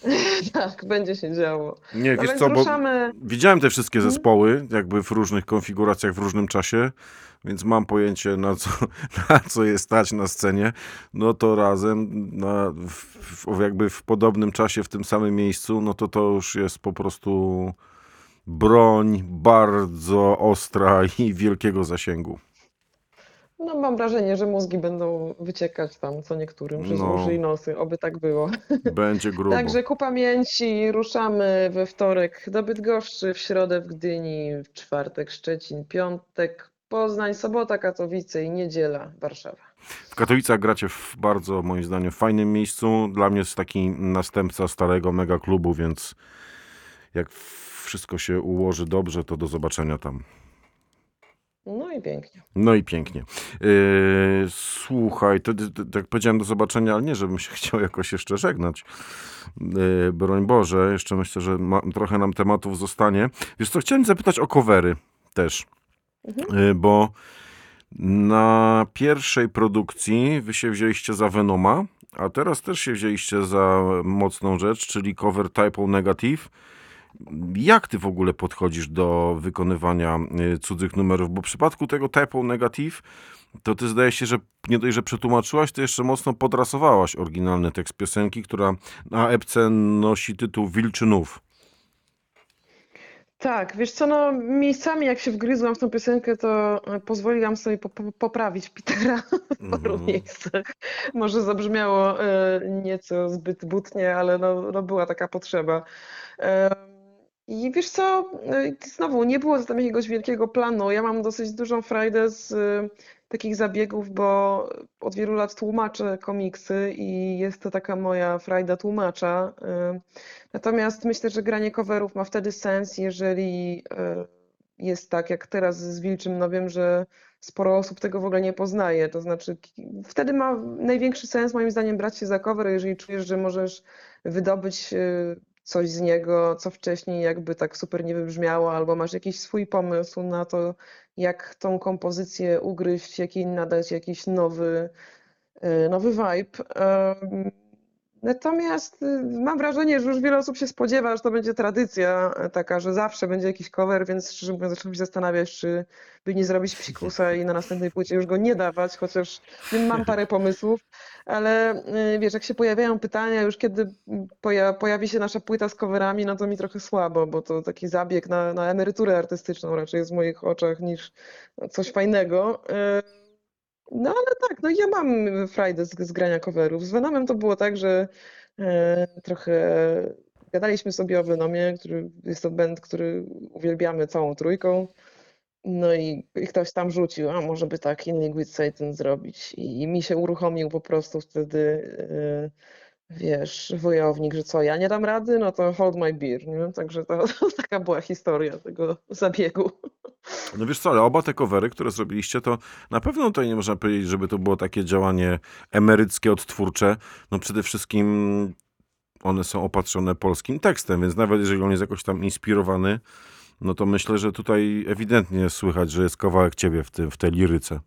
Tak, będzie się działo. Nie, No wiesz więc co, bo ruszamy. widziałem te wszystkie Mhm. zespoły, jakby w różnych konfiguracjach, w różnym czasie, więc mam pojęcie, na co, na co je stać na scenie. No to razem, na, w, w, jakby w podobnym czasie, w tym samym miejscu, no to to już jest po prostu broń bardzo ostra i wielkiego zasięgu. No mam wrażenie, że mózgi będą wyciekać tam co niektórym przez No, uszy i nosy, oby tak było. będzie grubo. Także ku pamięci ruszamy we wtorek do Bydgoszczy, w środę w Gdyni, w czwartek Szczecin, piątek Poznań, sobota Katowice i niedziela Warszawa. W Katowicach gracie w bardzo, moim zdaniem, fajnym miejscu. Dla mnie jest taki następca starego mega klubu, więc jak wszystko się ułoży dobrze, to do zobaczenia tam. No i pięknie. No i pięknie. Yy, słuchaj, to, to, to, jak powiedziałem, do zobaczenia, ale nie, żebym się chciał jakoś jeszcze żegnać. Yy, broń Boże, jeszcze myślę, że ma, trochę nam tematów zostanie. Wiesz co, chciałem zapytać o covery też, Mhm. yy, bo na pierwszej produkcji wy się wzięliście za Venoma, a teraz też się wzięliście za mocną rzecz, czyli cover Typo Negative. Jak ty w ogóle podchodzisz do wykonywania y, cudzych numerów? Bo w przypadku tego Typo Negative, to ty zdaje się, że nie dość, że przetłumaczyłaś, to jeszcze mocno podrasowałaś oryginalny tekst piosenki, która na epce nosi tytuł Wilczynów. Tak, wiesz co, no miejscami jak się wgryzłam w tą piosenkę, to e, pozwoliłam sobie po, po, poprawić Petera w paru Mhm. miejscach. Może zabrzmiało e, nieco zbyt butnie, ale no, no była taka potrzeba. Em, I wiesz co, e, znowu nie było tam jakiegoś wielkiego planu. Ja mam dosyć dużą frajdę z e, takich zabiegów, bo od wielu lat tłumaczę komiksy i jest to taka moja frajda tłumacza. E, Natomiast myślę, że granie coverów ma wtedy sens, jeżeli e, jest tak jak teraz z Wilczym Nowiem, że sporo osób tego w ogóle nie poznaje. To znaczy, ki- wtedy ma największy sens moim zdaniem brać się za cover, jeżeli czujesz, że możesz wydobyć e, coś z niego, co wcześniej jakby tak super nie wybrzmiało, albo masz jakiś swój pomysł na to, jak tą kompozycję ugryźć, jak jej nadać jakiś nowy, e, nowy vibe. Em, Natomiast y, mam wrażenie, że już wiele osób się spodziewa, że to będzie tradycja e, taka, że zawsze będzie jakiś cover, więc szczerze mówiąc zaczynam się zastanawiać, czy by nie zrobić psikusa i na następnej płycie już go nie dawać, chociaż mam parę pomysłów, ale y, wiesz, jak się pojawiają pytania już kiedy mm, poja pojawi się nasza płyta z coverami, no to mi trochę słabo, bo to taki zabieg na, na emeryturę artystyczną raczej jest w moich oczach niż coś fajnego. Y, No ale tak, no ja mam frajdę z, z grania coverów. Z Venomem to było tak, że e, trochę gadaliśmy sobie o Venomie, który jest to band, który uwielbiamy całą trójką. No i, i ktoś tam rzucił, a może by tak In League with Satan zrobić. I, i mi się uruchomił po prostu wtedy, e, wiesz, wojownik, że co, ja nie dam rady, no to hold my beer, nie? Także to, to taka była historia tego zabiegu. No wiesz co, ale oba te covery, które zrobiliście, to na pewno tutaj nie można powiedzieć, żeby to było takie działanie emeryckie, odtwórcze. No przede wszystkim one są opatrzone polskim tekstem, więc nawet jeżeli on jest jakoś tam inspirowany, no to myślę, że tutaj ewidentnie słychać, że jest kawałek ciebie w tym, w tej liryce.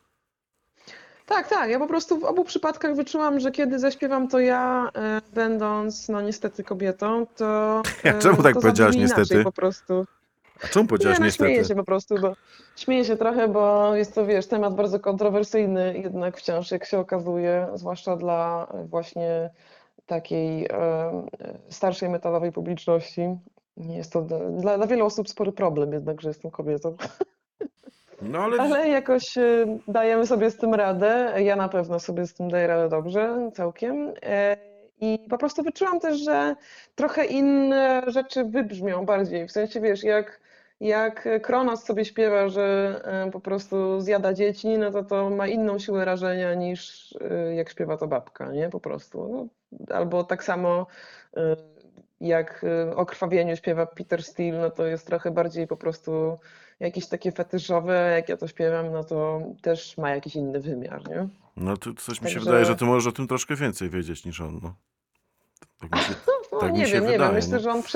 Tak, tak. Ja po prostu w obu przypadkach wyczułam, że kiedy zaśpiewam to ja, e, będąc no niestety kobietą, to, e, Czemu tak to powiedziałaś zabrzmi niestety? inaczej po prostu. A czemu powiedziałaś Nie, no śmieję niestety? się po prostu, bo śmieję się trochę, bo jest to, wiesz, temat bardzo kontrowersyjny jednak wciąż, jak się okazuje, zwłaszcza dla e, właśnie takiej e, e, starszej metalowej publiczności. Jest to dla, dla wielu osób spory problem jednak, że jestem kobietą. No ale Ale jakoś y, dajemy sobie z tym radę. Ja na pewno sobie z tym daję radę dobrze, całkiem. E, I po prostu wyczułam też, że trochę inne rzeczy wybrzmią bardziej. W sensie, wiesz, jak, jak Kronos sobie śpiewa, że e, po prostu zjada dzieci, no to to ma inną siłę rażenia niż e, jak śpiewa to babka, nie? Po prostu. No, albo tak samo e, jak e, o krwawieniu śpiewa Peter Steele, no to jest trochę bardziej po prostu jakieś takie fetyszowe, jak ja to śpiewam, no to też ma jakiś inny wymiar, nie? no to coś mi się Także, wydaje, że ty możesz o tym troszkę więcej wiedzieć niż on. No. Tak mi się, no tak mi nie się wiem, nie wiem, wydaje. myślę, Nie? że on prze,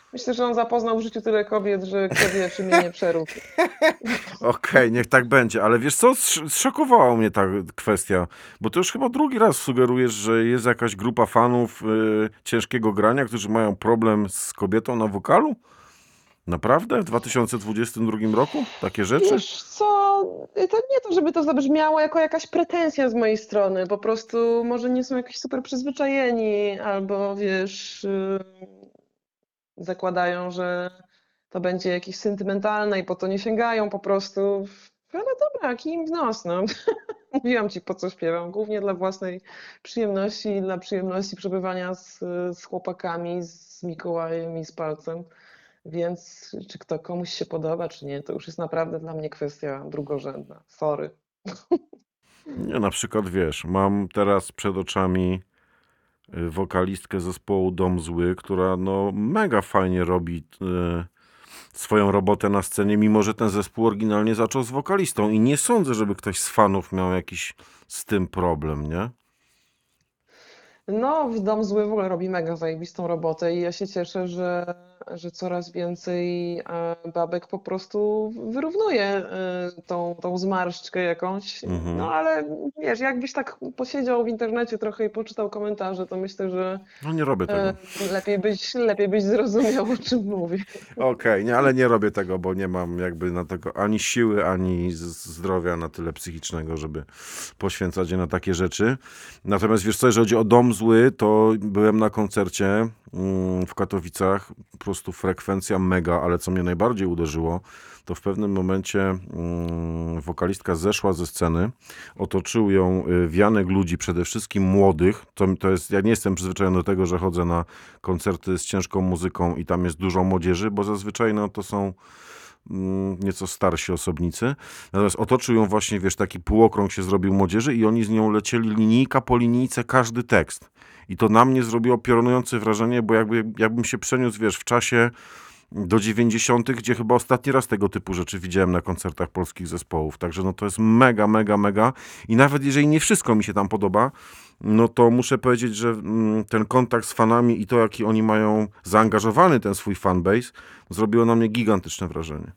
Myślę, że on zapoznał w życiu tyle kobiet, że kto wie, czy mnie nie przerósł. Okej, niech tak będzie, ale wiesz co, Sz- zszokowała mnie ta kwestia, bo ty już chyba drugi raz sugerujesz, że jest jakaś grupa fanów y, ciężkiego grania, którzy mają problem z kobietą na wokalu? Naprawdę? W dwa tysiące dwudziestym drugim roku? Takie rzeczy? Wiesz co, to nie to, żeby to zabrzmiało jako jakaś pretensja z mojej strony, po prostu może nie są jakoś super przyzwyczajeni, albo wiesz, y, zakładają, że to będzie jakieś sentymentalne i po to nie sięgają po prostu. Ale dobra, kim w nos, no. Mówiłam ci, po co śpiewam. Głównie dla własnej przyjemności i dla przyjemności przebywania z, z chłopakami, z Mikołajem i z Palcem. Więc czy kto komuś się podoba, czy nie, to już jest naprawdę dla mnie kwestia drugorzędna. Sorry. Nie, na przykład wiesz, mam teraz przed oczami y, wokalistkę zespołu Dom Zły, która no mega fajnie robi y, swoją robotę na scenie, mimo że ten zespół oryginalnie zaczął z wokalistą i nie sądzę, żeby ktoś z fanów miał jakiś z tym problem, nie? No, w Dom Zły w ogóle robi mega zajebistą robotę i ja się cieszę, że, że coraz więcej e, babek po prostu wyrównuje e, tą, tą zmarszczkę jakąś. Mhm. No ale wiesz, jakbyś tak posiedział w internecie trochę i poczytał komentarze, to myślę, że No nie robię tego. e, lepiej byś, lepiej byś zrozumiał, o czym mówię. Okej, nie, ale nie robię tego, bo nie mam jakby na tego ani siły, ani z- zdrowia na tyle psychicznego, żeby poświęcać je na takie rzeczy. Natomiast wiesz co, jeżeli chodzi o Dom Zły, to byłem na koncercie mm, w Katowicach, po prostu frekwencja mega, ale co mnie najbardziej uderzyło, to w pewnym momencie mm, wokalistka zeszła ze sceny, otoczył ją y, wianek ludzi, przede wszystkim młodych. To, to jest, ja nie jestem przyzwyczajony do tego, że chodzę na koncerty z ciężką muzyką i tam jest dużo młodzieży, bo zazwyczaj no, to są mm, nieco starsi osobnicy. Natomiast otoczył ją właśnie, wiesz, taki półokrąg się zrobił młodzieży i oni z nią lecieli linijka po linijce każdy tekst. I to na mnie zrobiło piorunujące wrażenie, bo jakby, jakbym się przeniósł, wiesz, w czasie do dziewięćdziesiątych, gdzie chyba ostatni raz tego typu rzeczy widziałem na koncertach polskich zespołów. Także no to jest mega, mega, mega. I nawet jeżeli nie wszystko mi się tam podoba, no to muszę powiedzieć, że mm, ten kontakt z fanami i to, jaki oni mają zaangażowany ten swój fanbase, zrobiło na mnie gigantyczne wrażenie.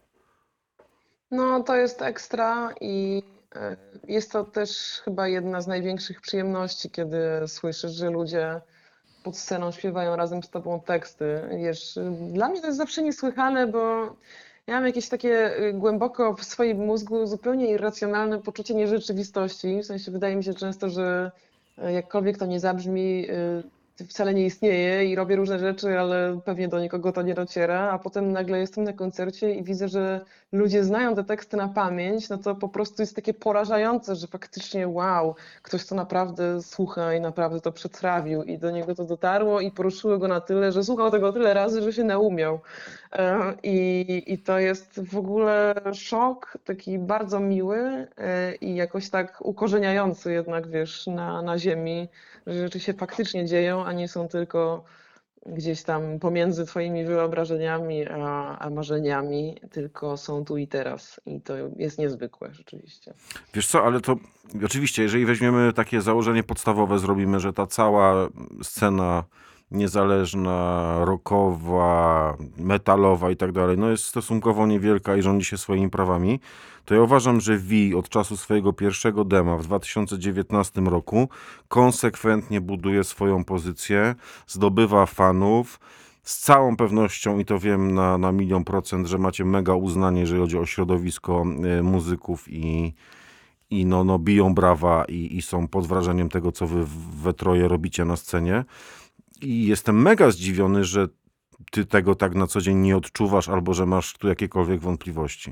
No, to jest ekstra i e, jest to też chyba jedna z największych przyjemności, kiedy słyszysz, że ludzie pod sceną śpiewają razem z tobą teksty. Wiesz, dla mnie to jest zawsze niesłychane, bo ja mam jakieś takie y, głęboko w swoim mózgu zupełnie irracjonalne poczucie nierzeczywistości. W sensie wydaje mi się często, że e, jakkolwiek to nie zabrzmi, y, wcale nie istnieje i robię różne rzeczy, ale pewnie do nikogo to nie dociera, a potem nagle jestem na koncercie i widzę, że ludzie znają te teksty na pamięć, no to po prostu jest takie porażające, że faktycznie wow, ktoś to naprawdę słucha i naprawdę to przetrawił i do niego to dotarło i poruszyło go na tyle, że słuchał tego tyle razy, że się naumiał. E, I, i to jest w ogóle szok, taki bardzo miły e, i jakoś tak ukorzeniający jednak, wiesz, na, na ziemi, że rzeczy się faktycznie dzieją, a nie są tylko gdzieś tam pomiędzy twoimi wyobrażeniami a, a marzeniami, tylko są tu i teraz. I to jest niezwykłe rzeczywiście. Wiesz co, ale to oczywiście, jeżeli weźmiemy takie założenie podstawowe, zrobimy, że ta cała scena niezależna, rockowa, metalowa i tak dalej, no jest stosunkowo niewielka i rządzi się swoimi prawami, to ja uważam, że V od czasu swojego pierwszego dema w dwa tysiące dziewiętnastym roku konsekwentnie buduje swoją pozycję, zdobywa fanów. Z całą pewnością, i to wiem na, na milion procent, że macie mega uznanie, jeżeli chodzi o środowisko y, muzyków i, i no, no biją brawa i, i są pod wrażeniem tego, co wy we troje robicie na scenie. I jestem mega zdziwiony, że ty tego tak na co dzień nie odczuwasz, albo że masz tu jakiekolwiek wątpliwości.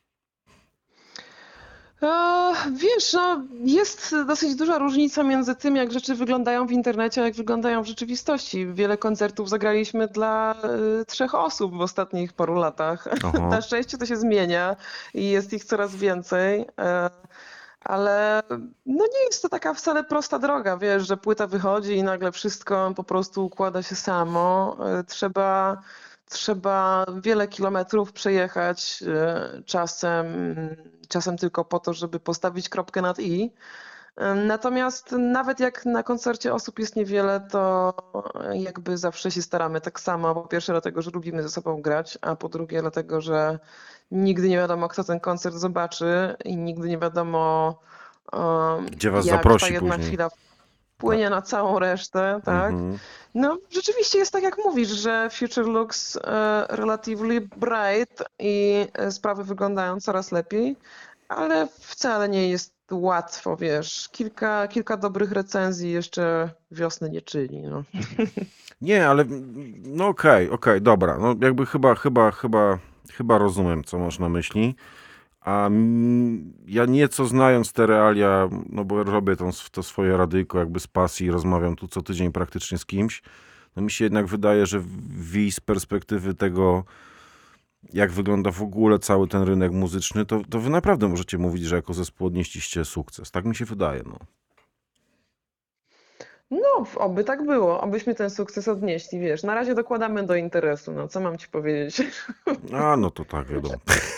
E, Wiesz, no, jest dosyć duża różnica między tym, jak rzeczy wyglądają w internecie, a jak wyglądają w rzeczywistości. Wiele koncertów zagraliśmy dla e, trzech osób w ostatnich paru latach. Aha. Na szczęście to się zmienia i jest ich coraz więcej. E, Ale no nie jest to taka wcale prosta droga, wiesz, że płyta wychodzi i nagle wszystko po prostu układa się samo. E, Trzeba, trzeba wiele kilometrów przejechać, e, czasem, czasem tylko po to, żeby postawić kropkę nad i. Ym, Natomiast nawet jak na koncercie osób jest niewiele, to jakby zawsze się staramy tak samo. Po pierwsze dlatego, że lubimy ze sobą grać, a po drugie dlatego, że nigdy nie wiadomo, kto ten koncert zobaczy i nigdy nie wiadomo, ym, Gdzie was jak ta zaprosi jedna później. chwila wpłynie na całą resztę, tak? Mhm. No, rzeczywiście jest tak, jak mówisz, że future looks e, relatively bright i e, sprawy wyglądają coraz lepiej, ale wcale nie jest łatwo, wiesz. Kilka, kilka dobrych recenzji jeszcze wiosny nie czyni, no. Nie, ale no okej, okej, dobra. No jakby chyba, chyba, chyba, chyba rozumiem, co masz na myśli. A mm, ja nieco znając te realia, no bo robię tą, to swoje radyjko jakby z pasji i rozmawiam tu co tydzień praktycznie z kimś, no mi się jednak wydaje, że wi z perspektywy tego, jak wygląda w ogóle cały ten rynek muzyczny, to, to wy naprawdę możecie mówić, że jako zespół odnieśliście sukces. Tak mi się wydaje, no. No, oby tak było, obyśmy ten sukces odnieśli, wiesz. Na razie dokładamy do interesu, no co mam ci powiedzieć? A, no to tak, wiadomo.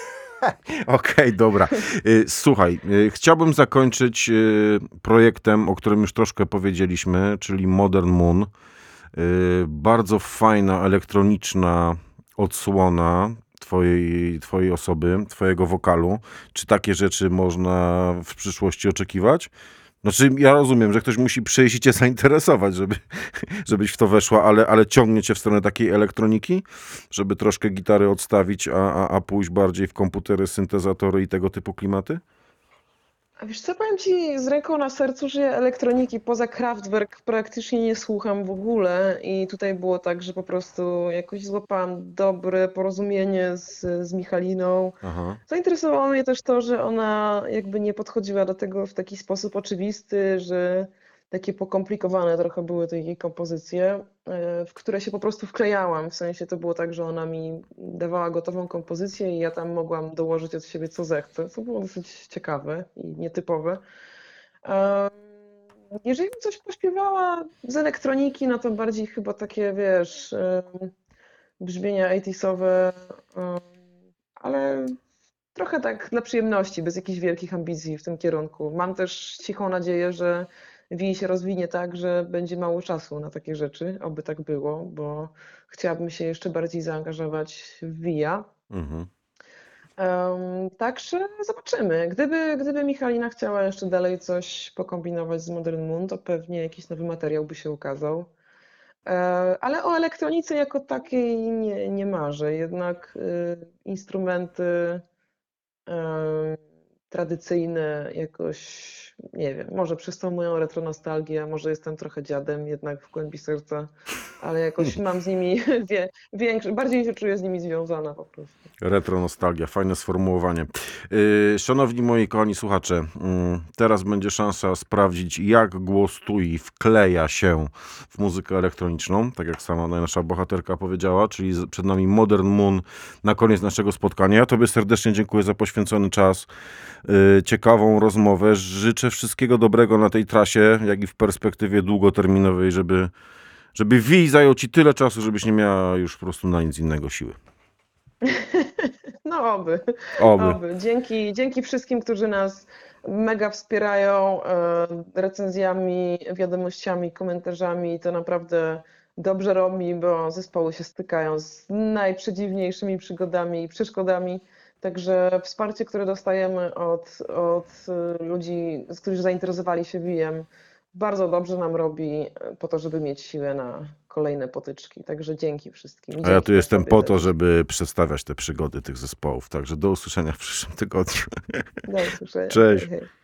Okej, dobra. Y, Słuchaj, y, chciałbym zakończyć y, projektem, o którym już troszkę powiedzieliśmy, czyli Modern Moon. Y, Bardzo fajna, elektroniczna odsłona twojej, twojej osoby, twojego wokalu. Czy takie rzeczy można w przyszłości oczekiwać? Znaczy, ja rozumiem, że ktoś musi przyjść i cię zainteresować, żeby, żebyś w to weszła, ale, ale ciągnie cię w stronę takiej elektroniki, żeby troszkę gitary odstawić, a, a, a pójść bardziej w komputery, syntezatory i tego typu klimaty? A wiesz co, powiem ci z ręką na sercu, że ja elektroniki poza Kraftwerk praktycznie nie słucham w ogóle i tutaj było tak, że po prostu jakoś złapałam dobre porozumienie z, z Michaliną. Aha. Zainteresowało mnie też to, że ona jakby nie podchodziła do tego w taki sposób oczywisty, że takie pokomplikowane trochę były te jej kompozycje, e, w które się po prostu wklejałam. W sensie to było tak, że ona mi dawała gotową kompozycję i ja tam mogłam dołożyć od siebie co zechcę, co było dosyć ciekawe i nietypowe. Em, Jeżeli bym coś pośpiewała z elektroniki, no to bardziej chyba takie, wiesz, em, brzmienia osiemdziesiąte, em, ale trochę tak dla przyjemności, bez jakichś wielkich ambicji w tym kierunku. Mam też cichą nadzieję, że Wii się rozwinie tak, że będzie mało czasu na takie rzeczy, oby tak było, bo chciałabym się jeszcze bardziej zaangażować w Wija. Mhm. Um, także zobaczymy. Gdyby, gdyby Michalina chciała jeszcze dalej coś pokombinować z Modern Moon, to pewnie jakiś nowy materiał by się ukazał. E, Ale o elektronice jako takiej nie, nie marzę. Jednak y, instrumenty em, tradycyjne jakoś, nie wiem, może przez tą moją retronostalgię, może jestem trochę dziadem jednak w głębi serca, ale jakoś mam z nimi wie, większy, bardziej się czuję z nimi związana po prostu. Retro nostalgia, fajne sformułowanie. Yy, Szanowni moi kochani słuchacze, yy, teraz będzie szansa sprawdzić, jak głos Tui wkleja się w muzykę elektroniczną, tak jak sama nasza bohaterka powiedziała, czyli z- przed nami Modern Moon na koniec naszego spotkania. Ja Tobie serdecznie dziękuję za poświęcony czas, yy, ciekawą rozmowę. Życzę wszystkiego dobrego na tej trasie, jak i w perspektywie długoterminowej, żeby, żeby Wii zajął Ci tyle czasu, żebyś nie miała już po prostu na nic innego siły. No oby, Oby. oby. Dzięki, dzięki wszystkim, którzy nas mega wspierają e, recenzjami, wiadomościami, komentarzami. To naprawdę dobrze robi, bo zespoły się stykają z najprzedziwniejszymi przygodami i przeszkodami. Także wsparcie, które dostajemy od, od e, ludzi, z którzy zainteresowali się Wijem, bardzo dobrze nam robi e, po to, żeby mieć siłę na kolejne potyczki. Także dzięki wszystkim. I A ja dzięki tu jestem tobie po to, też. żeby przedstawiać te przygody tych zespołów. Także do usłyszenia w przyszłym tygodniu. Do usłyszenia. Cześć. Hej, hej.